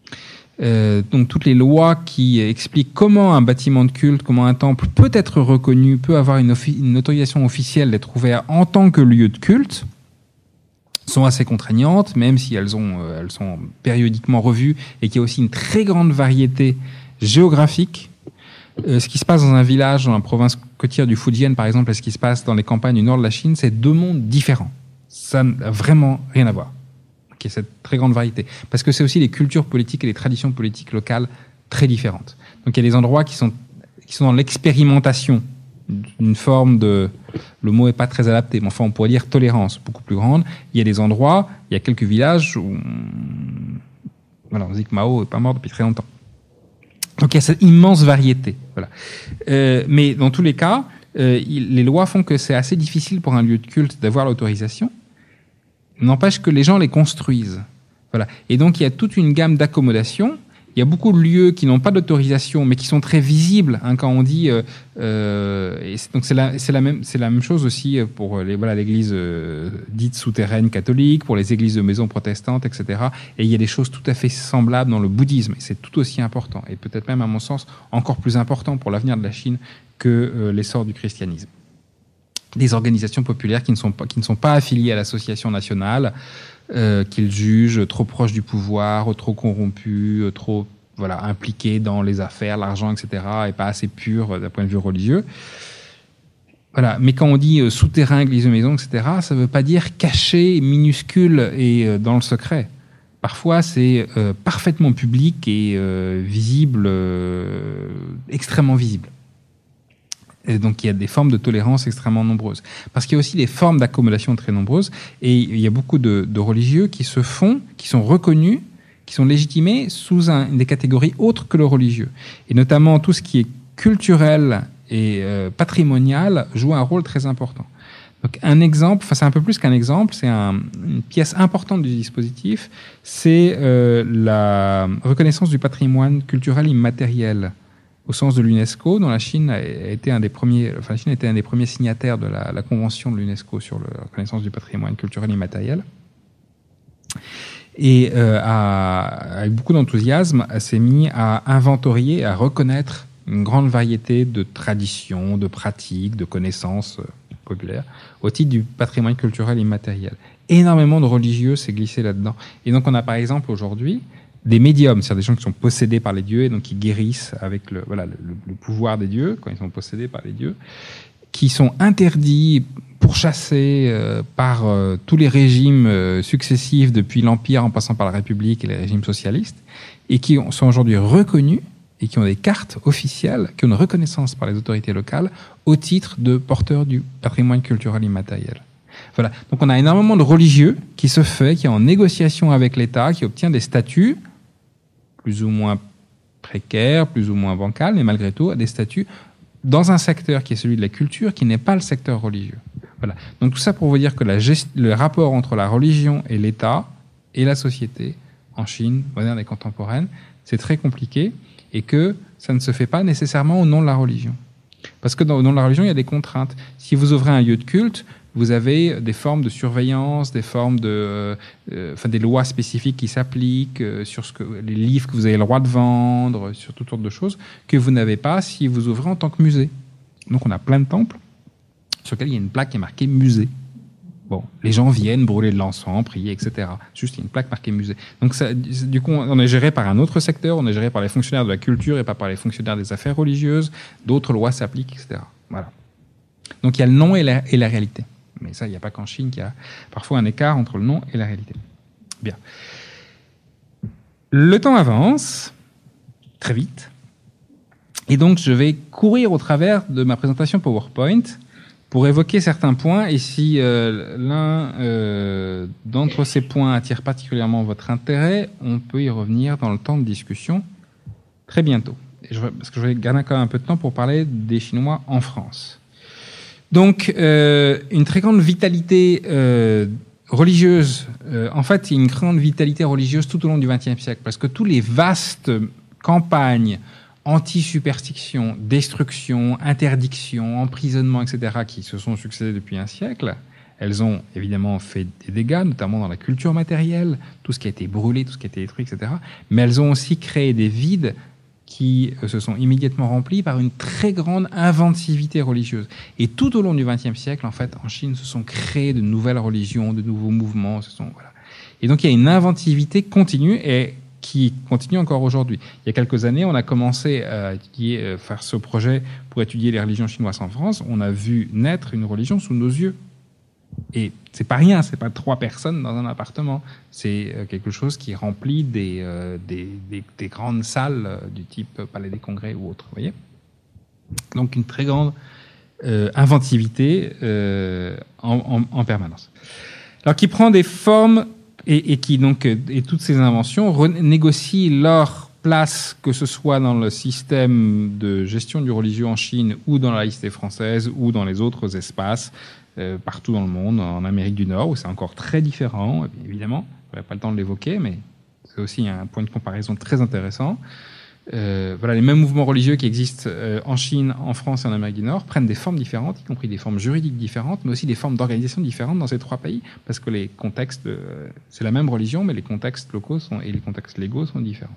Donc toutes les lois qui expliquent comment un bâtiment de culte, comment un temple peut être reconnu, peut avoir une autorisation officielle d'être ouvert en tant que lieu de culte, sont assez contraignantes, même si elles sont périodiquement revues et qu'il y a aussi une très grande variété géographique. Ce qui se passe dans un village, dans la province côtière du Fujian, par exemple, et ce qui se passe dans les campagnes du nord de la Chine, c'est 2 mondes différents. Ça n'a vraiment rien à voir. Qui est cette très grande variété. Parce que c'est aussi les cultures politiques et les traditions politiques locales très différentes. Donc il y a des endroits qui sont dans l'expérimentation d'une forme de... Le mot n'est pas très adapté, mais enfin on pourrait dire tolérance beaucoup plus grande. Il y a des endroits, il y a quelques villages où... Voilà, on dit que Mao n'est pas mort depuis très longtemps. Donc il y a cette immense variété. Voilà. Mais dans tous les cas, les lois font que c'est assez difficile pour un lieu de culte d'avoir l'autorisation. N'empêche que les gens les construisent. Voilà. Et donc, il y a toute une gamme d'accommodations. Il y a beaucoup de lieux qui n'ont pas d'autorisation, mais qui sont très visibles. Hein, quand on dit... donc, c'est la même chose aussi pour l'église dite souterraine catholique, pour les églises de maison protestantes, etc. Et il y a des choses tout à fait semblables dans le bouddhisme. Et c'est tout aussi important. Et peut-être même, à mon sens, encore plus important pour l'avenir de la Chine que l'essor du christianisme. Des organisations populaires qui ne sont pas affiliées à l'association nationale, qu'ils jugent trop proches du pouvoir, trop corrompus, trop impliqués dans les affaires, l'argent, etc., et pas assez purs d'un point de vue religieux. Voilà. Mais quand on dit souterrain, église de maison, etc., ça ne veut pas dire caché, minuscule et dans le secret. Parfois, c'est parfaitement public et visible, extrêmement visible. Et donc, il y a des formes de tolérance extrêmement nombreuses. Parce qu'il y a aussi des formes d'accommodation très nombreuses. Et il y a beaucoup de religieux qui sont reconnus, qui sont légitimés sous des catégories autres que le religieux. Et notamment, tout ce qui est culturel et patrimonial joue un rôle très important. Donc, un exemple, c'est un peu plus qu'un exemple, c'est une pièce importante du dispositif, c'est la reconnaissance du patrimoine culturel immatériel au sens de l'UNESCO, dont la Chine a été un des premiers signataires de la convention de l'UNESCO sur la reconnaissance du patrimoine culturel immatériel. Et avec beaucoup d'enthousiasme, elle s'est mise à inventorier, à reconnaître une grande variété de traditions, de pratiques, de connaissances populaires au titre du patrimoine culturel immatériel. Énormément de religieux s'est glissé là-dedans. Et donc on a par exemple aujourd'hui des médiums, c'est-à-dire des gens qui sont possédés par les dieux et donc qui guérissent avec le pouvoir des dieux quand ils sont possédés par les dieux, qui sont interdits, pourchassés par tous les régimes successifs depuis l'Empire en passant par la République et les régimes socialistes, et qui sont aujourd'hui reconnus et qui ont des cartes officielles, qui ont une reconnaissance par les autorités locales au titre de porteurs du patrimoine culturel immatériel. Voilà. Donc on a énormément de religieux qui est en négociation avec l'État, qui obtient des statuts plus ou moins précaires, plus ou moins bancales, mais malgré tout, à des statuts dans un secteur qui est celui de la culture, qui n'est pas le secteur religieux. Voilà. Donc tout ça pour vous dire que le rapport entre la religion et l'État et la société en Chine moderne et contemporaine, c'est très compliqué et que ça ne se fait pas nécessairement au nom de la religion. Parce que au nom de la religion, il y a des contraintes. Si vous ouvrez un lieu de culte, vous avez des formes de surveillance, des formes des lois spécifiques qui s'appliquent sur les livres que vous avez le droit de vendre, sur toutes sortes de choses que vous n'avez pas si vous ouvrez en tant que musée. Donc on a plein de temples sur lesquels il y a une plaque qui est marquée musée. Bon, les gens viennent brûler de l'encens, prier, etc. Juste, il y a une plaque marquée musée. Donc, du coup, on est géré par un autre secteur, on est géré par les fonctionnaires de la culture et pas par les fonctionnaires des affaires religieuses. D'autres lois s'appliquent, etc. Voilà. Donc, il y a le nom et la réalité. Mais ça, il n'y a pas qu'en Chine qu'il y a parfois un écart entre le nom et la réalité. Bien. Le temps avance très vite. Et donc, je vais courir au travers de ma présentation PowerPoint pour évoquer certains points, et si l'un d'entre ces points attire particulièrement votre intérêt, on peut y revenir dans le temps de discussion très bientôt. Parce que je vais garder quand même un peu de temps pour parler des Chinois en France. Donc, une très grande vitalité religieuse. En fait, il y a une grande vitalité religieuse tout au long du XXe siècle, parce que tous les vastes campagnes anti-superstition, destruction, interdiction, emprisonnement, etc., qui se sont succédés depuis un siècle, elles ont évidemment fait des dégâts, notamment dans la culture matérielle, tout ce qui a été brûlé, tout ce qui a été détruit, etc. Mais elles ont aussi créé des vides qui se sont immédiatement remplis par une très grande inventivité religieuse. Et tout au long du XXe siècle, en fait, en Chine, se sont créées de nouvelles religions, de nouveaux mouvements. Voilà. Et donc, il y a une inventivité continue et qui continue encore aujourd'hui. Il y a quelques années, on a commencé à faire ce projet pour étudier les religions chinoises en France. On a vu naître une religion sous nos yeux. Et c'est pas rien, c'est pas 3 personnes dans un appartement. C'est quelque chose qui remplit des grandes salles du type Palais des Congrès ou autre. Vous voyez ? Donc une très grande inventivité en permanence. Alors qui prend des formes et qui donc et toutes ces inventions renégocient leur place, que ce soit dans le système de gestion du religieux en Chine ou dans la laïcité française ou dans les autres espaces partout dans le monde, en Amérique du Nord où c'est encore très différent. Évidemment, je n'aurai pas le temps de l'évoquer, mais c'est aussi un point de comparaison très intéressant. Voilà, les mêmes mouvements religieux qui existent en Chine, en France et en Amérique du Nord prennent des formes différentes, y compris des formes juridiques différentes, mais aussi des formes d'organisation différentes dans ces 3 pays, parce que les contextes, c'est la même religion, mais les contextes locaux et les contextes légaux sont différents.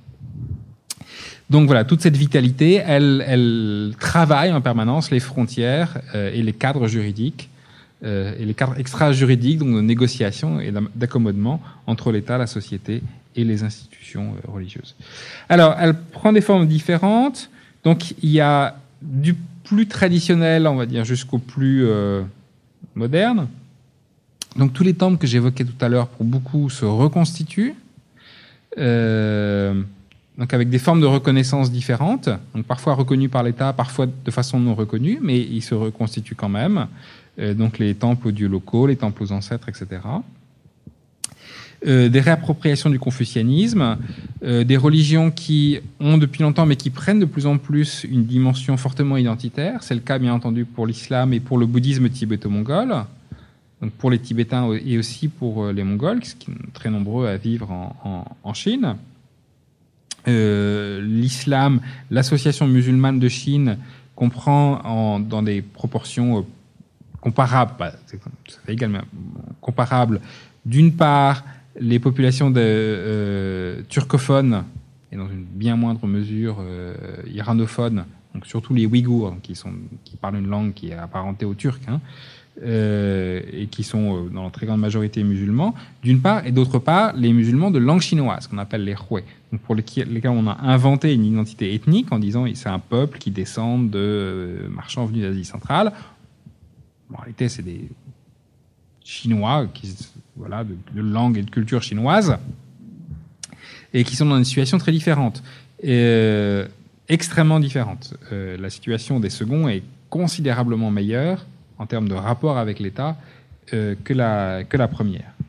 Donc voilà, toute cette vitalité, elle travaille en permanence les frontières et les cadres juridiques, et les cadres extra-juridiques, donc de négociation et d'accommodement entre l'État, la société et les institutions religieuses. Alors, elle prend des formes différentes. Donc, il y a du plus traditionnel, on va dire, jusqu'au plus moderne. Donc, tous les temples que j'évoquais tout à l'heure, pour beaucoup, se reconstituent. Donc, avec des formes de reconnaissance différentes. Donc, parfois reconnus par l'État, parfois de façon non reconnue, mais ils se reconstituent quand même. Donc, les temples aux dieux locaux, les temples aux ancêtres, etc. Des réappropriations du confucianisme, des religions qui ont depuis longtemps, mais qui prennent de plus en plus une dimension fortement identitaire. C'est le cas, bien entendu, pour l'islam et pour le bouddhisme tibéto-mongol, donc pour les Tibétains et aussi pour les Mongols, qui sont très nombreux à vivre en Chine. L'islam, l'association musulmane de Chine comprend dans des proportions comparables, ça fait également comparable, d'une part, les populations turcophones, et dans une bien moindre mesure iranophones, donc surtout les Ouïghours, qui parlent une langue qui est apparentée au turc, et qui sont dans la très grande majorité musulmans, d'une part, et d'autre part, les musulmans de langue chinoise, qu'on appelle les Hui, donc pour lesquels on a inventé une identité ethnique en disant que c'est un peuple qui descend de marchands venus d'Asie centrale. En réalité, c'est des Chinois de langue et de culture chinoise, et qui sont dans une situation très différente, extrêmement différente. La situation des seconds est considérablement meilleure en termes de rapport avec l'État que la première.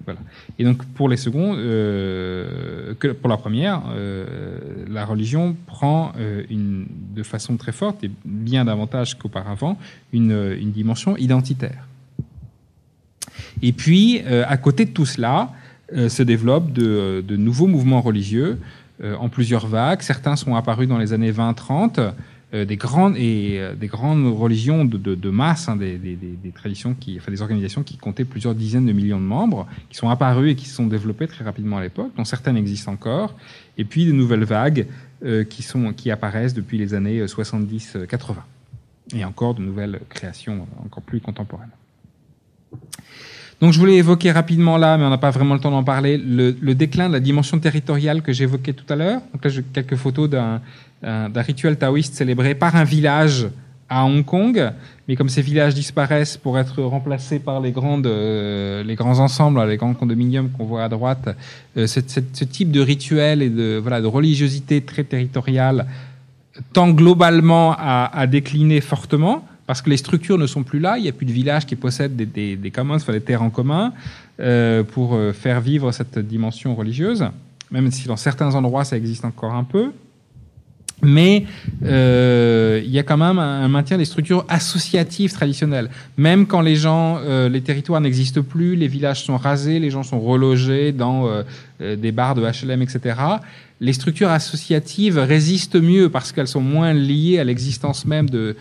Voilà. Et donc pour les seconds, pour la première, la religion prend de façon très forte et bien davantage qu'auparavant une dimension identitaire. Et puis à côté de tout cela, se développent de nouveaux mouvements religieux en plusieurs vagues. Certains sont apparus dans les années 20-30. Des grandes religions de masse, hein, des traditions des organisations qui comptaient plusieurs dizaines de millions de membres, qui sont apparues et qui se sont développées très rapidement à l'époque, dont certaines existent encore, et puis de nouvelles vagues qui apparaissent depuis les années 70-80, et encore de nouvelles créations encore plus contemporaines. Donc je voulais évoquer rapidement là, mais on n'a pas vraiment le temps d'en parler, le déclin de la dimension territoriale que j'évoquais tout à l'heure. Donc là, j'ai quelques photos d'un rituel taoïste célébré par un village à Hong Kong, mais comme ces villages disparaissent pour être remplacés par les grands ensembles, les grands condominiums qu'on voit à droite, ce type de rituel et de religiosité très territoriale tend globalement à décliner fortement, parce que les structures ne sont plus là, il n'y a plus de villages qui possèdent des commons, des terres en commun, pour faire vivre cette dimension religieuse, même si dans certains endroits ça existe encore un peu. Mais il y a quand même un maintien des structures associatives traditionnelles. Même quand les territoires n'existent plus, les villages sont rasés, les gens sont relogés dans des bars de HLM, etc., les structures associatives résistent mieux parce qu'elles sont moins liées à l'existence même du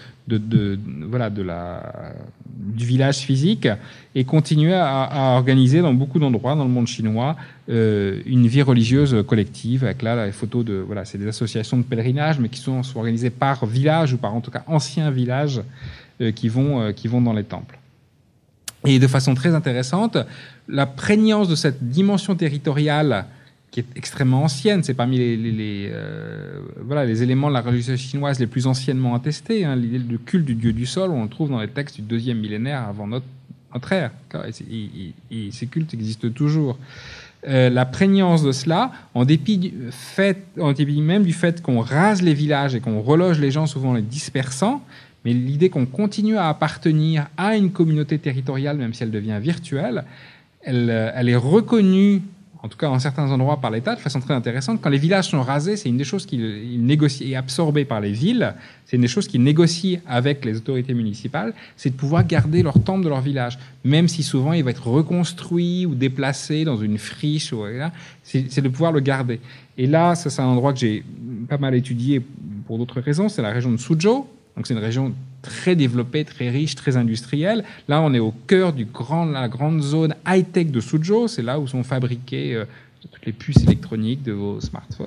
village physique et continuent à organiser dans beaucoup d'endroits dans le monde chinois une vie religieuse collective. Avec là les photos c'est des associations de pèlerinage, mais qui sont organisées par village ou par en tout cas anciens villages qui vont dans les temples. Et de façon très intéressante, la prégnance de cette dimension territoriale qui est extrêmement ancienne, c'est parmi les éléments de la religion chinoise les plus anciennement attestés. Hein. L'idée du culte du dieu du sol, on le trouve dans les textes du 2e millénaire avant notre ère. Et ces cultes existent toujours. La prégnance de cela, en dépit même du fait qu'on rase les villages et qu'on reloge les gens, souvent les dispersant, mais l'idée qu'on continue à appartenir à une communauté territoriale, même si elle devient virtuelle, elle est reconnue, en tout cas dans certains endroits, par l'État, de façon très intéressante. Quand les villages sont rasés, c'est une des choses qu'il négocie, et absorbée par les villes, c'est une des choses qu'ils négocient avec les autorités municipales, c'est de pouvoir garder leur temple de leur village, même si souvent il va être reconstruit ou déplacé dans une friche, c'est de pouvoir le garder. Et là, ça, c'est un endroit que j'ai pas mal étudié pour d'autres raisons, c'est la région de Suzhou. Donc c'est une région très développée, très riche, très industrielle. Là, on est au cœur de la grande zone high-tech de Suzhou. C'est là où sont fabriquées toutes les puces électroniques de vos smartphones.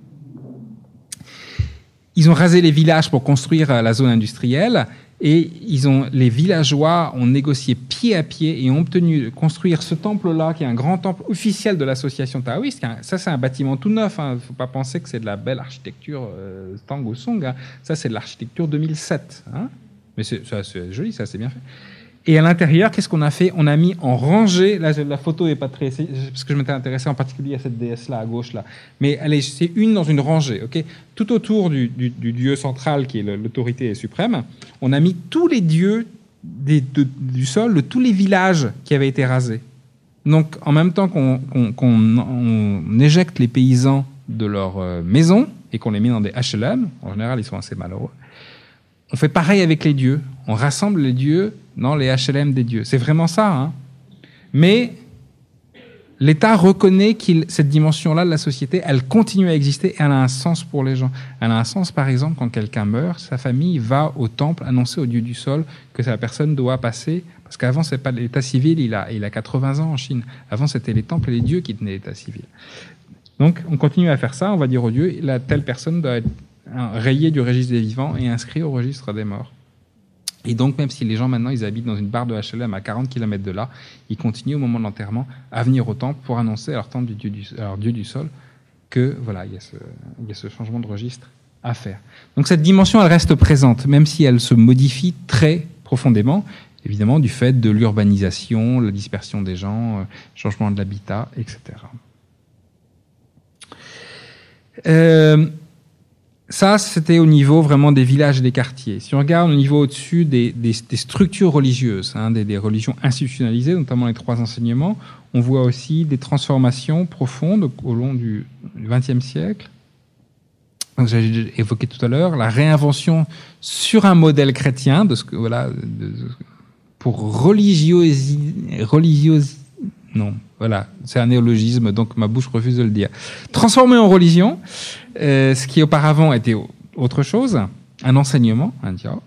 Ils ont rasé les villages pour construire la zone industrielle. Et les villageois ont négocié pied à pied et ont obtenu de construire ce temple-là, qui est un grand temple officiel de l'association taoïste. Ça, c'est un bâtiment tout neuf. Il ne faut pas penser que c'est de la belle architecture Tang ou Song. Hein. Ça, c'est de l'architecture 2007. Hein. Mais c'est joli, ça, c'est bien fait. Et à l'intérieur, qu'est-ce qu'on a fait? On a mis en rangée, là la photo n'est pas très... Parce que je m'étais intéressé en particulier à cette déesse-là, à gauche, là. Mais c'est une dans une rangée, ok? Tout autour du dieu central, qui est l'autorité suprême, on a mis tous les dieux du sol de tous les villages qui avaient été rasés. Donc, en même temps qu'on éjecte les paysans de leur maison et qu'on les met dans des HLM, en général, ils sont assez malheureux, on fait pareil avec les dieux. On rassemble les dieux dans les HLM des dieux. C'est vraiment ça. Hein. Mais l'État reconnaît cette dimension-là de la société, elle continue à exister et elle a un sens pour les gens. Elle a un sens, par exemple, quand quelqu'un meurt, sa famille va au temple annoncer au dieu du sol que la personne doit passer. Parce qu'avant, c'est pas l'état civil, il a 80 ans en Chine. Avant, c'était les temples et les dieux qui tenaient l'état civil. Donc, on continue à faire ça. On va dire au dieu, telle personne doit être rayé du registre des vivants et inscrit au registre des morts. Et donc, même si les gens maintenant ils habitent dans une barre de HLM à 40 km de là, ils continuent au moment de l'enterrement à venir au temple pour annoncer à leur temple à leur dieu du sol que voilà, il y a ce changement de registre à faire. Donc cette dimension, elle reste présente, même si elle se modifie très profondément, évidemment du fait de l'urbanisation, la dispersion des gens, changement de l'habitat, etc. Ça, c'était au niveau vraiment des villages et des quartiers. Si on regarde au niveau au-dessus des structures religieuses, des religions institutionnalisées, notamment les 3 enseignements, on voit aussi des transformations profondes au long du XXe siècle. Donc, j'ai évoqué tout à l'heure la réinvention sur un modèle chrétien de ce que pour non, voilà, c'est un néologisme, donc ma bouche refuse de le dire. Transformer en religion, ce qui auparavant était autre chose, un enseignement, un dialogue.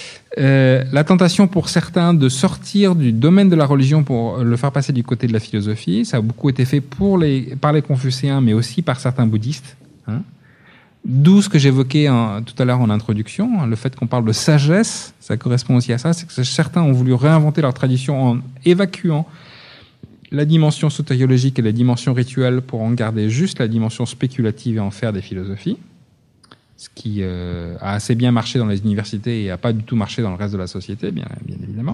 La tentation pour certains de sortir du domaine de la religion pour le faire passer du côté de la philosophie, ça a beaucoup été fait par les confucéens, mais aussi par certains bouddhistes. D'où ce que j'évoquais tout à l'heure en introduction, le fait qu'on parle de sagesse, ça correspond aussi à ça, c'est que certains ont voulu réinventer leur tradition en évacuant la dimension sotériologique et la dimension rituelle pour en garder juste la dimension spéculative et en faire des philosophies, ce qui a assez bien marché dans les universités et n'a pas du tout marché dans le reste de la société, bien évidemment.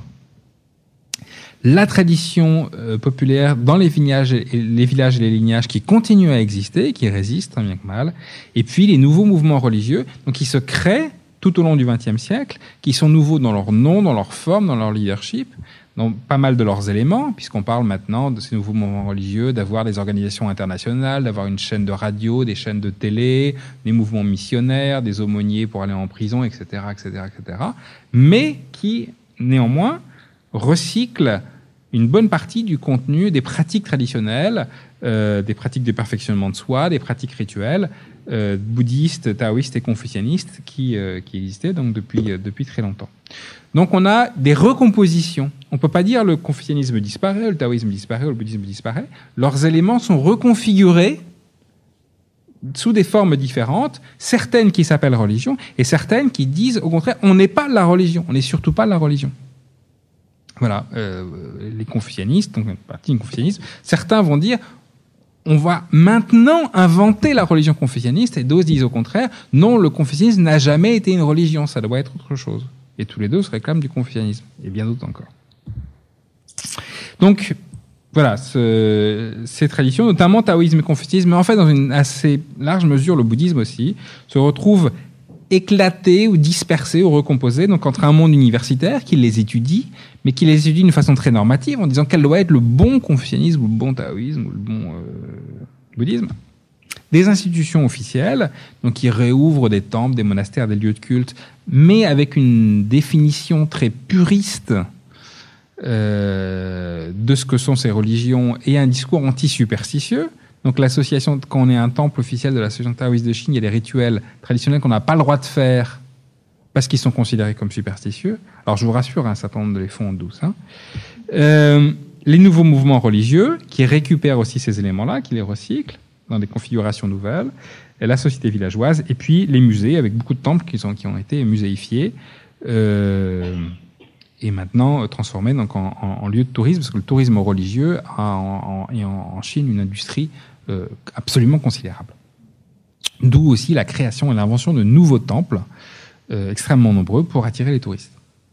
La tradition populaire dans les villages et les lignages qui continuent à exister, qui résistent, tant bien que mal, et puis les nouveaux mouvements religieux donc, qui se créent tout au long du XXe siècle, qui sont nouveaux dans leur nom, dans leur forme, dans leur leadership, dans pas mal de leurs éléments, puisqu'on parle maintenant de ces nouveaux mouvements religieux, d'avoir des organisations internationales, d'avoir une chaîne de radio, des chaînes de télé, des mouvements missionnaires, des aumôniers pour aller en prison, etc., etc., etc., mais qui, néanmoins, recyclent une bonne partie du contenu des pratiques traditionnelles, des pratiques de perfectionnement de soi, des pratiques rituelles, bouddhistes, taoïstes et confucianistes qui existaient donc depuis très longtemps. Donc on a des recompositions. On ne peut pas dire le confucianisme disparaît, le taoïsme disparaît, ou le bouddhisme disparaît. Leurs éléments sont reconfigurés sous des formes différentes, certaines qui s'appellent religion et certaines qui disent au contraire on n'est pas la religion, on n'est surtout pas la religion. Voilà, les confucianistes, donc une partie du confucianisme, certains vont dire on va maintenant inventer la religion confucianiste, et d'autres disent au contraire non, le confucianisme n'a jamais été une religion, ça doit être autre chose. Et tous les deux se réclament du confucianisme, et bien d'autres encore. Donc, voilà, ces traditions, notamment taoïsme et confucianisme, mais en fait, dans une assez large mesure, le bouddhisme aussi, se retrouvent éclatés ou dispersés ou recomposés, donc entre un monde universitaire qui les étudie, mais qui les étudie d'une façon très normative, en disant quel doit être le bon confucianisme, ou le bon taoïsme, ou le bon bouddhisme. Des institutions officielles, donc qui réouvrent des temples, des monastères, des lieux de culte, mais avec une définition très puriste de ce que sont ces religions et un discours anti-superstitieux. Donc l'association, quand on est un temple officiel de l'association taoïste de Chine, il y a des rituels traditionnels qu'on n'a pas le droit de faire parce qu'ils sont considérés comme superstitieux. Alors je vous rassure, un certain nombre de les font en douce. Les nouveaux mouvements religieux qui récupèrent aussi ces éléments-là, qui les recyclent dans des configurations nouvelles, et la société villageoise, et puis les musées, avec beaucoup de temples qui ont été muséifiés, et maintenant transformés donc, en lieu de tourisme, parce que le tourisme religieux a en Chine une industrie absolument considérable. D'où aussi la création et l'invention de nouveaux temples, extrêmement nombreux, pour attirer les touristes.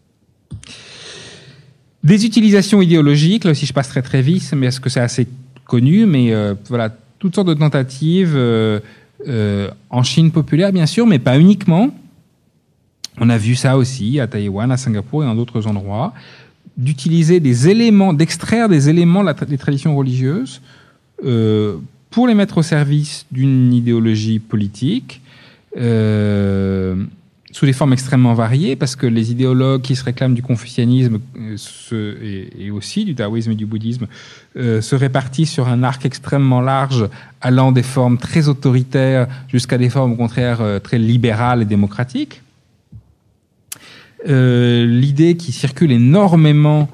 Des utilisations idéologiques, là aussi je passe très très vite, mais est-ce que c'est assez connu, mais voilà, toutes sortes de tentatives en Chine populaire, bien sûr, mais pas uniquement. On a vu ça aussi à Taïwan, à Singapour et dans d'autres endroits, d'utiliser des éléments, d'extraire des éléments des traditions religieuses pour les mettre au service d'une idéologie politique, sous des formes extrêmement variées, parce que les idéologues qui se réclament du confucianisme et aussi du taoïsme et du bouddhisme se répartissent sur un arc extrêmement large, allant des formes très autoritaires jusqu'à des formes au contraire très libérales et démocratiques. L'idée qui circule énormément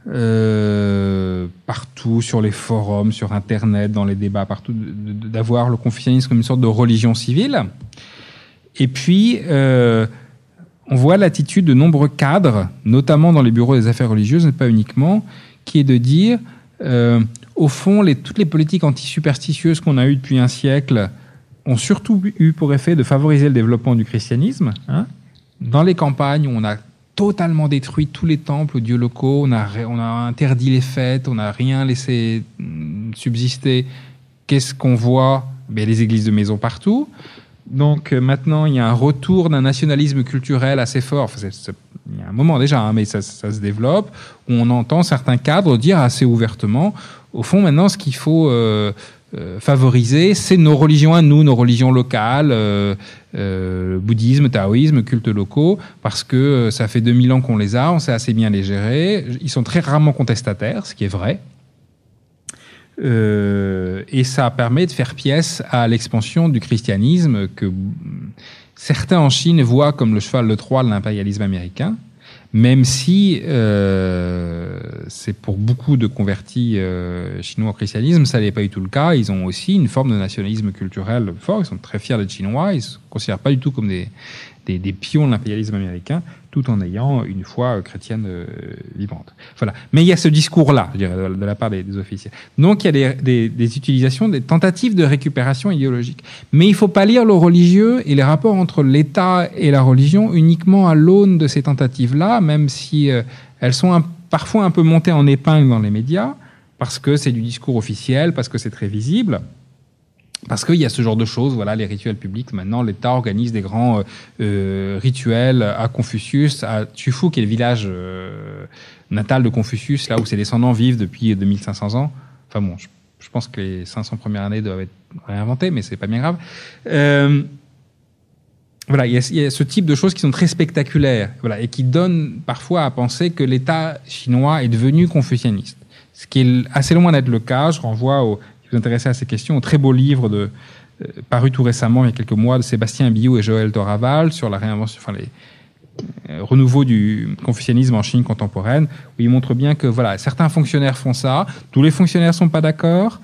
partout, sur les forums, sur Internet, dans les débats, partout, d'avoir le confucianisme comme une sorte de religion civile. Et puis, on voit l'attitude de nombreux cadres, notamment dans les bureaux des affaires religieuses, mais pas uniquement, qui est de dire, au fond, toutes les politiques anti-superstitieuses qu'on a eues depuis un siècle ont surtout eu pour effet de favoriser le développement du christianisme. Dans les campagnes où on a totalement détruit tous les temples aux dieux locaux, on a interdit les fêtes, on n'a rien laissé subsister, qu'est-ce qu'on voit ? Les églises de maison partout. Donc maintenant, il y a un retour d'un nationalisme culturel assez fort. Il y a un moment déjà, hein, mais ça se développe, où on entend certains cadres dire assez ouvertement, au fond, maintenant, ce qu'il faut favoriser, c'est nos religions à nous, nos religions locales, bouddhisme, taoïsme, cultes locaux, parce que ça fait 2000 ans qu'on les a, on sait assez bien les gérer. Ils sont très rarement contestataires, ce qui est vrai. Et ça permet de faire pièce à l'expansion du christianisme que certains en Chine voient comme le cheval de Troie de l'impérialisme américain, même si c'est pour beaucoup de convertis chinois au christianisme, ça n'est pas du tout le cas. Ils ont aussi une forme de nationalisme culturel fort, ils sont très fiers d'être chinois, ils ne se considèrent pas du tout comme des pions de l'impérialisme américain, tout en ayant une foi chrétienne vivante. Voilà. Mais il y a ce discours-là, je dirais, de la part des officiers. Donc il y a des utilisations, des tentatives de récupération idéologique. Mais il ne faut pas lire le religieux et les rapports entre l'État et la religion uniquement à l'aune de ces tentatives-là, même si elles sont parfois un peu montées en épingle dans les médias, parce que c'est du discours officiel, parce que c'est très visible. Parce qu'il y a ce genre de choses, voilà, les rituels publics. Maintenant, l'État organise des grands rituels à Confucius, à Chufu, qui est le village natal de Confucius, là où ses descendants vivent depuis 2500 ans. Enfin bon, je pense que les 500 premières années doivent être réinventées, mais c'est pas bien grave. Voilà, il y a ce type de choses qui sont très spectaculaires, voilà, et qui donnent parfois à penser que l'État chinois est devenu confucianiste. Ce qui est assez loin d'être le cas. Je renvoie vous intéressez à ces questions, au très beau livre paru tout récemment, il y a quelques mois, de Sébastien Biot et Joël Doraval sur la réinvention, les renouveau du confucianisme en Chine contemporaine, où il montre bien que voilà, certains fonctionnaires font ça, tous les fonctionnaires sont pas d'accord,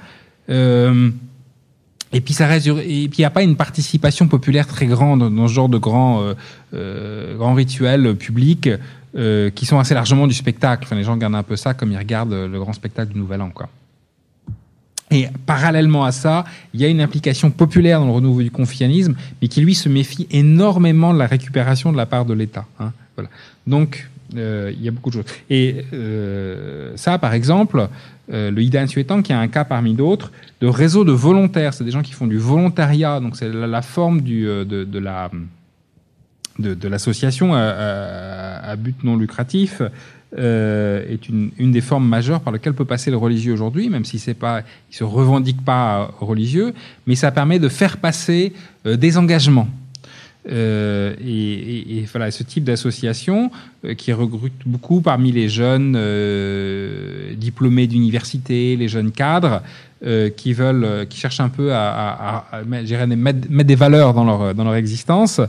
et puis ça reste, et puis il n'y a pas une participation populaire très grande dans ce genre de grands rituels publics qui sont assez largement du spectacle. Enfin, les gens regardent un peu ça comme ils regardent le grand spectacle du Nouvel An, quoi. Et parallèlement à ça, il y a une implication populaire dans le renouveau du confucianisme, mais qui, lui, se méfie énormément de la récupération de la part de l'État. Hein. Voilà. Donc, il y a beaucoup de choses. Et ça, par exemple, le Yidan Xuetang, qui est un cas parmi d'autres, de réseau de volontaires. C'est des gens qui font du volontariat. Donc, c'est la forme de l'association à but non lucratif, est une des formes majeures par lesquelles peut passer le religieux aujourd'hui, même si il ne se revendique pas religieux, mais ça permet de faire passer des engagements. Et voilà, ce type d'association qui recrute beaucoup parmi les jeunes diplômés d'université, les jeunes cadres, qui cherchent un peu à mettre des valeurs dans leur existence,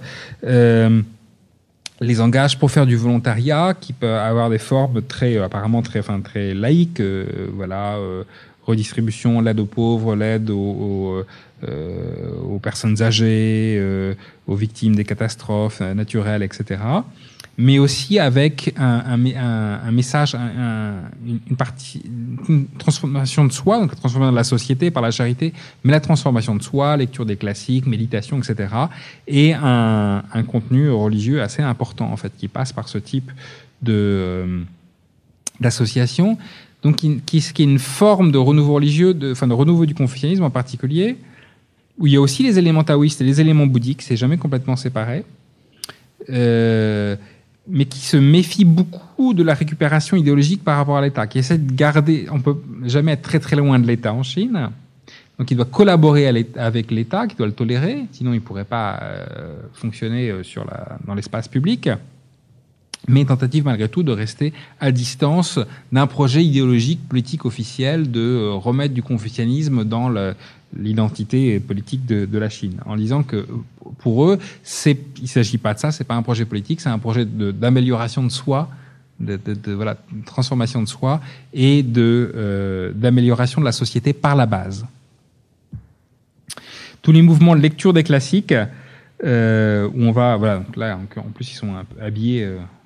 les engage pour faire du volontariat qui peut avoir des formes apparemment très laïques, redistribution, l'aide aux pauvres, l'aide aux personnes œuvres, aux victimes des catastrophes naturelles, etc. Mais aussi avec un message, une transformation de soi, donc la transformation de la société par la charité, mais la transformation de soi, lecture des classiques, méditation, etc. Et un contenu religieux assez important, en fait, qui passe par ce type d'association. Donc, qui est une forme de renouveau religieux, de renouveau du confucianisme en particulier, où il y a aussi les éléments taoïstes et les éléments bouddhiques, c'est jamais complètement séparé, mais qui se méfie beaucoup de la récupération idéologique par rapport à l'État, qui essaie de garder, on peut jamais être très très loin de l'État en Chine, donc il doit collaborer avec l'État, qui doit le tolérer, sinon il pourrait pas fonctionner dans l'espace public. Mais tentative malgré tout de rester à distance d'un projet idéologique politique officiel de remettre du confucianisme dans l'identité politique de la Chine, en disant que pour eux, il ne s'agit pas de ça, c'est pas un projet politique, c'est un projet d'amélioration de soi, de transformation de soi et d'amélioration de la société par la base. Tous les mouvements de lecture des classiques, où on va, donc là en plus ils sont un peu habillés.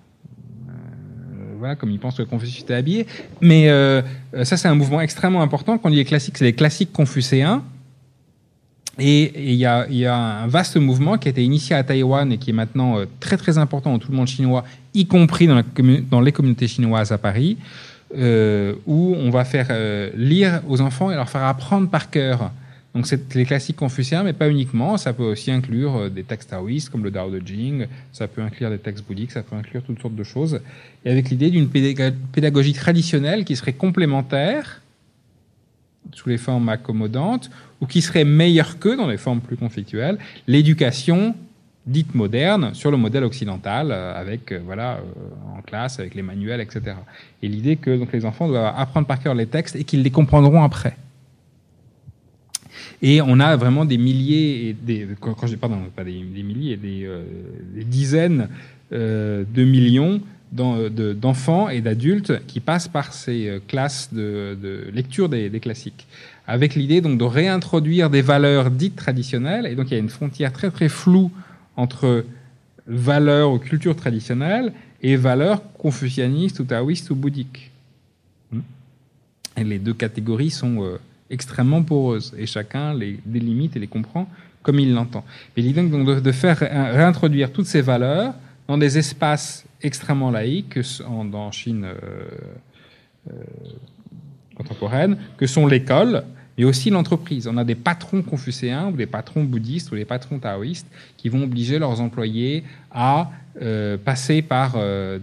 Comme ils pensent que Confucius était habillé. Mais ça, c'est un mouvement extrêmement important. Quand on dit les classiques, c'est les classiques confucéens. Et il y a un vaste mouvement qui a été initié à Taïwan et qui est maintenant très, très important dans tout le monde chinois, y compris dans les communautés chinoises à Paris, où on va faire lire aux enfants et leur faire apprendre par cœur Donc c'est les classiques confucéens, mais pas uniquement. Ça peut aussi inclure des textes taoïstes comme le Tao Te Ching, ça peut inclure des textes bouddhiques, ça peut inclure toutes sortes de choses. Et avec l'idée d'une pédagogie traditionnelle qui serait complémentaire, sous les formes accommodantes, ou qui serait meilleure qu'eux dans les formes plus conflictuelles, l'éducation dite moderne sur le modèle occidental, avec en classe, avec les manuels, etc. Et l'idée que donc, les enfants doivent apprendre par cœur les textes et qu'ils les comprendront après. Et on a vraiment des milliers, pas des milliers, des dizaines de millions d'enfants et d'adultes qui passent par ces classes de lecture des classiques, avec l'idée donc de réintroduire des valeurs dites traditionnelles. Et donc il y a une frontière très très floue entre valeurs ou culture traditionnelle et valeurs confucianistes ou taoïstes ou bouddhiques. Et les deux catégories sont extrêmement poreuses, et chacun les délimite et les comprend comme il l'entend. Et l'idée donc de faire réintroduire toutes ces valeurs dans des espaces extrêmement laïques dans Chine contemporaine, que sont l'école, mais aussi l'entreprise. On a des patrons confucéens, ou des patrons bouddhistes, ou des patrons taoïstes, qui vont obliger leurs employés à passer par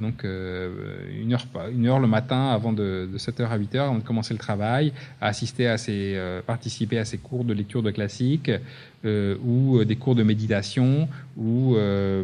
une heure le matin avant de 7h à 8h, avant de commencer le travail, à assister à participer à ces cours de lecture de classiques, ou des cours de méditation, ou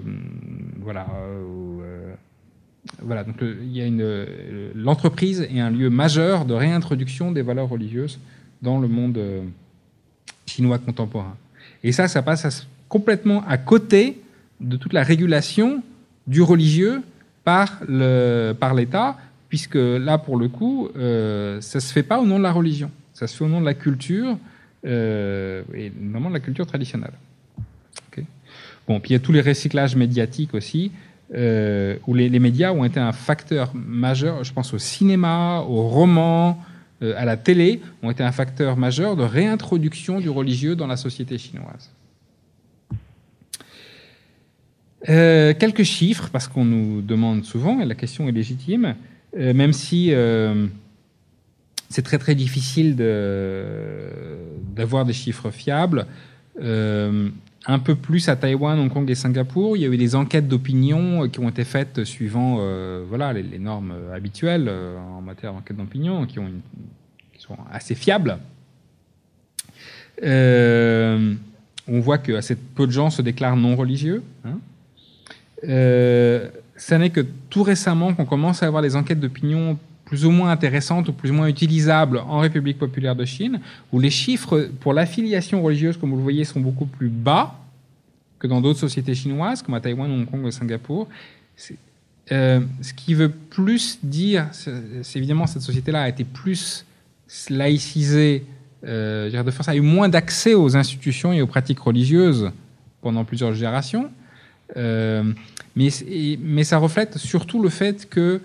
voilà, donc il y a l'entreprise est un lieu majeur de réintroduction des valeurs religieuses dans le monde chinois contemporain. Et ça passe complètement à côté de toute la régulation du religieux par l'État, puisque là, pour le coup, ça se fait pas au nom de la religion, ça se fait au nom de la culture, et notamment de la culture traditionnelle. Okay. Bon, puis il y a tous les recyclages médiatiques aussi, où les médias ont été un facteur majeur, je pense au cinéma, au roman, à la télé, ont été un facteur majeur de réintroduction du religieux dans la société chinoise. Quelques chiffres, parce qu'on nous demande souvent, et la question est légitime, même si c'est très très difficile d'avoir des chiffres fiables. Un peu plus à Taïwan, Hong Kong et Singapour, il y a eu des enquêtes d'opinion qui ont été faites suivant les normes habituelles en matière d'enquête d'opinion, qui sont assez fiables. On voit que assez peu de gens se déclarent non religieux. Ça n'est que tout récemment qu'on commence à avoir des enquêtes d'opinion plus ou moins intéressantes ou plus ou moins utilisables en République populaire de Chine, où les chiffres pour l'affiliation religieuse, comme vous le voyez, sont beaucoup plus bas que dans d'autres sociétés chinoises, comme à Taïwan, Hong Kong ou Singapour. Ce qui veut plus dire, c'est évidemment cette société-là a été plus laïcisée, de force, a eu moins d'accès aux institutions et aux pratiques religieuses pendant plusieurs générations. Mais ça reflète surtout le fait que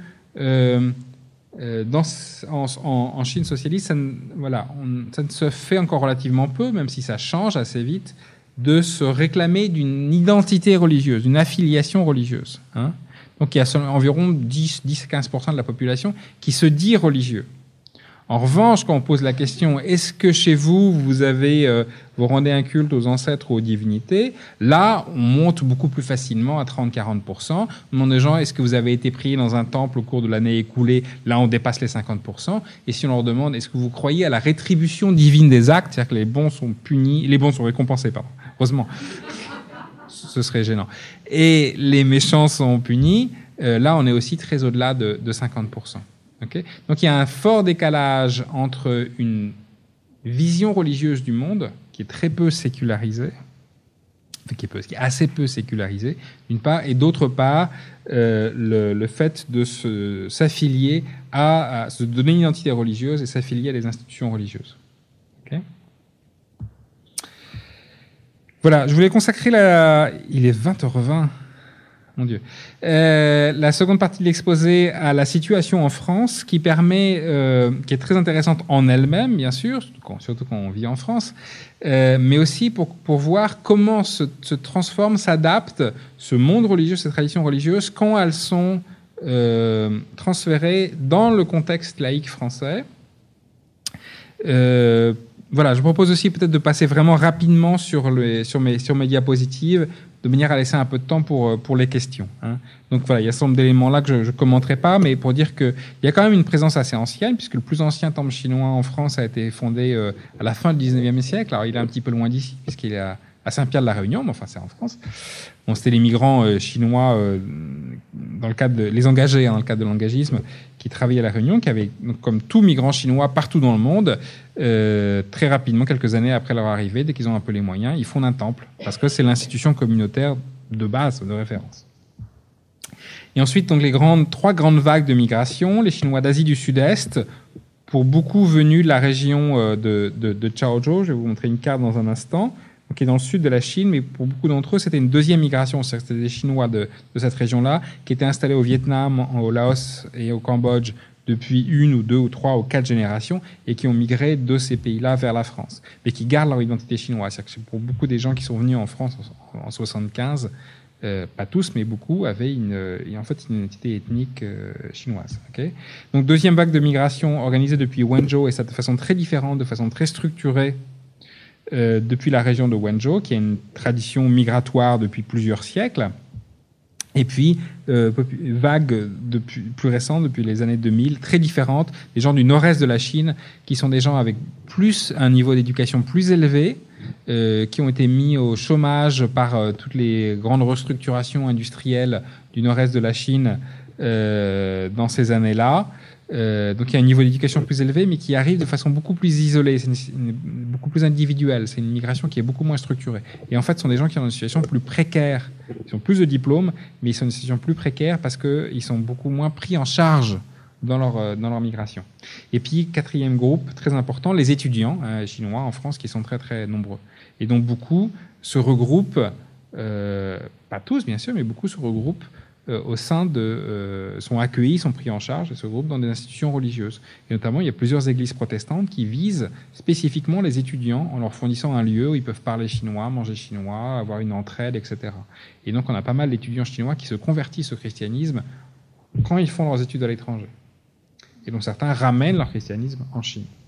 en Chine socialiste, ça ne se fait encore relativement peu, même si ça change assez vite, de se réclamer d'une identité religieuse, d'une affiliation religieuse. Donc il y a environ 10-15% de la population qui se dit religieux. En revanche, quand on pose la question, est-ce que chez vous, vous rendez un culte aux ancêtres ou aux divinités, là, on monte beaucoup plus facilement à 30-40%. On demande aux gens, est-ce que vous avez été prié dans un temple au cours de l'année écoulée, là, on dépasse les 50%. Et si on leur demande, est-ce que vous croyez à la rétribution divine des actes, c'est-à-dire que les bons sont récompensés, pardon. Heureusement. Ce serait gênant. Et les méchants sont punis, là, on est aussi très au-delà de 50%. Okay. Donc il y a un fort décalage entre une vision religieuse du monde qui est très peu sécularisée, qui est assez peu sécularisée, d'une part, et d'autre part, le fait de s'affilier à se donner une identité religieuse et s'affilier à des institutions religieuses. Okay. Voilà, je voulais consacrer il est 20h20. Mon Dieu. La seconde partie de l'exposé à la situation en France, qui est très intéressante en elle-même, bien sûr, surtout quand on vit en France, mais aussi pour voir comment se transforme, s'adapte ce monde religieux, ces traditions religieuses, quand elles sont transférées dans le contexte laïque français. voilà, je propose aussi peut-être de passer vraiment rapidement sur mes diapositives, de manière à laisser un peu de temps pour les questions. Hein. Donc voilà, il y a un certain nombre d'éléments là que je ne commenterai pas, mais pour dire qu'il y a quand même une présence assez ancienne, puisque le plus ancien temple chinois en France a été fondé à la fin du 19e siècle. Alors il est un petit peu loin d'ici, puisqu'il est à Saint-Pierre-de-la-Réunion, mais enfin c'est en France. Bon, c'était les migrants chinois, dans le cadre les engagés, hein, dans le cadre de l'engagisme, qui travaillaient à La Réunion, qui avaient, donc, comme tout migrant chinois partout dans le monde, très rapidement, quelques années après leur arrivée, dès qu'ils ont un peu les moyens, ils fondent un temple, parce que c'est l'institution communautaire de base, de référence. Et ensuite, donc, trois grandes vagues de migration, les Chinois d'Asie du Sud-Est, pour beaucoup venus de la région de Chaozhou, je vais vous montrer une carte dans un instant, qui est dans le sud de la Chine, mais pour beaucoup d'entre eux, c'était une deuxième migration. C'était des Chinois de cette région-là qui étaient installés au Vietnam, au Laos et au Cambodge depuis 1 ou 2 ou 3 ou 4 générations et qui ont migré de ces pays-là vers la France, mais qui gardent leur identité chinoise. C'est-à-dire que pour beaucoup des gens qui sont venus en France en 75, pas tous, mais beaucoup, avaient en fait une identité ethnique chinoise. Okay. Donc deuxième vague de migration organisée depuis Wenzhou, et ça de façon très différente, de façon très structurée, depuis la région de Wenzhou, qui a une tradition migratoire depuis plusieurs siècles, et puis vague plus récente, depuis les années 2000, très différentes, des gens du nord-est de la Chine, qui sont des gens avec un niveau d'éducation plus élevé, qui ont été mis au chômage par toutes les grandes restructurations industrielles du nord-est de la Chine dans ces années-là. Donc il y a un niveau d'éducation plus élevé, mais qui arrive de façon beaucoup plus isolée, beaucoup plus individuelle. C'est une migration qui est beaucoup moins structurée. Et en fait, ce sont des gens qui sont dans une situation plus précaire. Ils ont plus de diplômes, mais ils sont dans une situation plus précaire parce qu'ils sont beaucoup moins pris en charge dans leur migration. Et puis, quatrième groupe, très important, les étudiants chinois en France, qui sont très très nombreux. Et donc beaucoup se regroupent, pas tous bien sûr, mais beaucoup se regroupent au sein sont accueillis, sont pris en charge et se regroupent dans des institutions religieuses. Et notamment, il y a plusieurs églises protestantes qui visent spécifiquement les étudiants en leur fournissant un lieu où ils peuvent parler chinois, manger chinois, avoir une entraide, etc. Et donc, on a pas mal d'étudiants chinois qui se convertissent au christianisme quand ils font leurs études à l'étranger. Et donc, certains ramènent leur christianisme en Chine.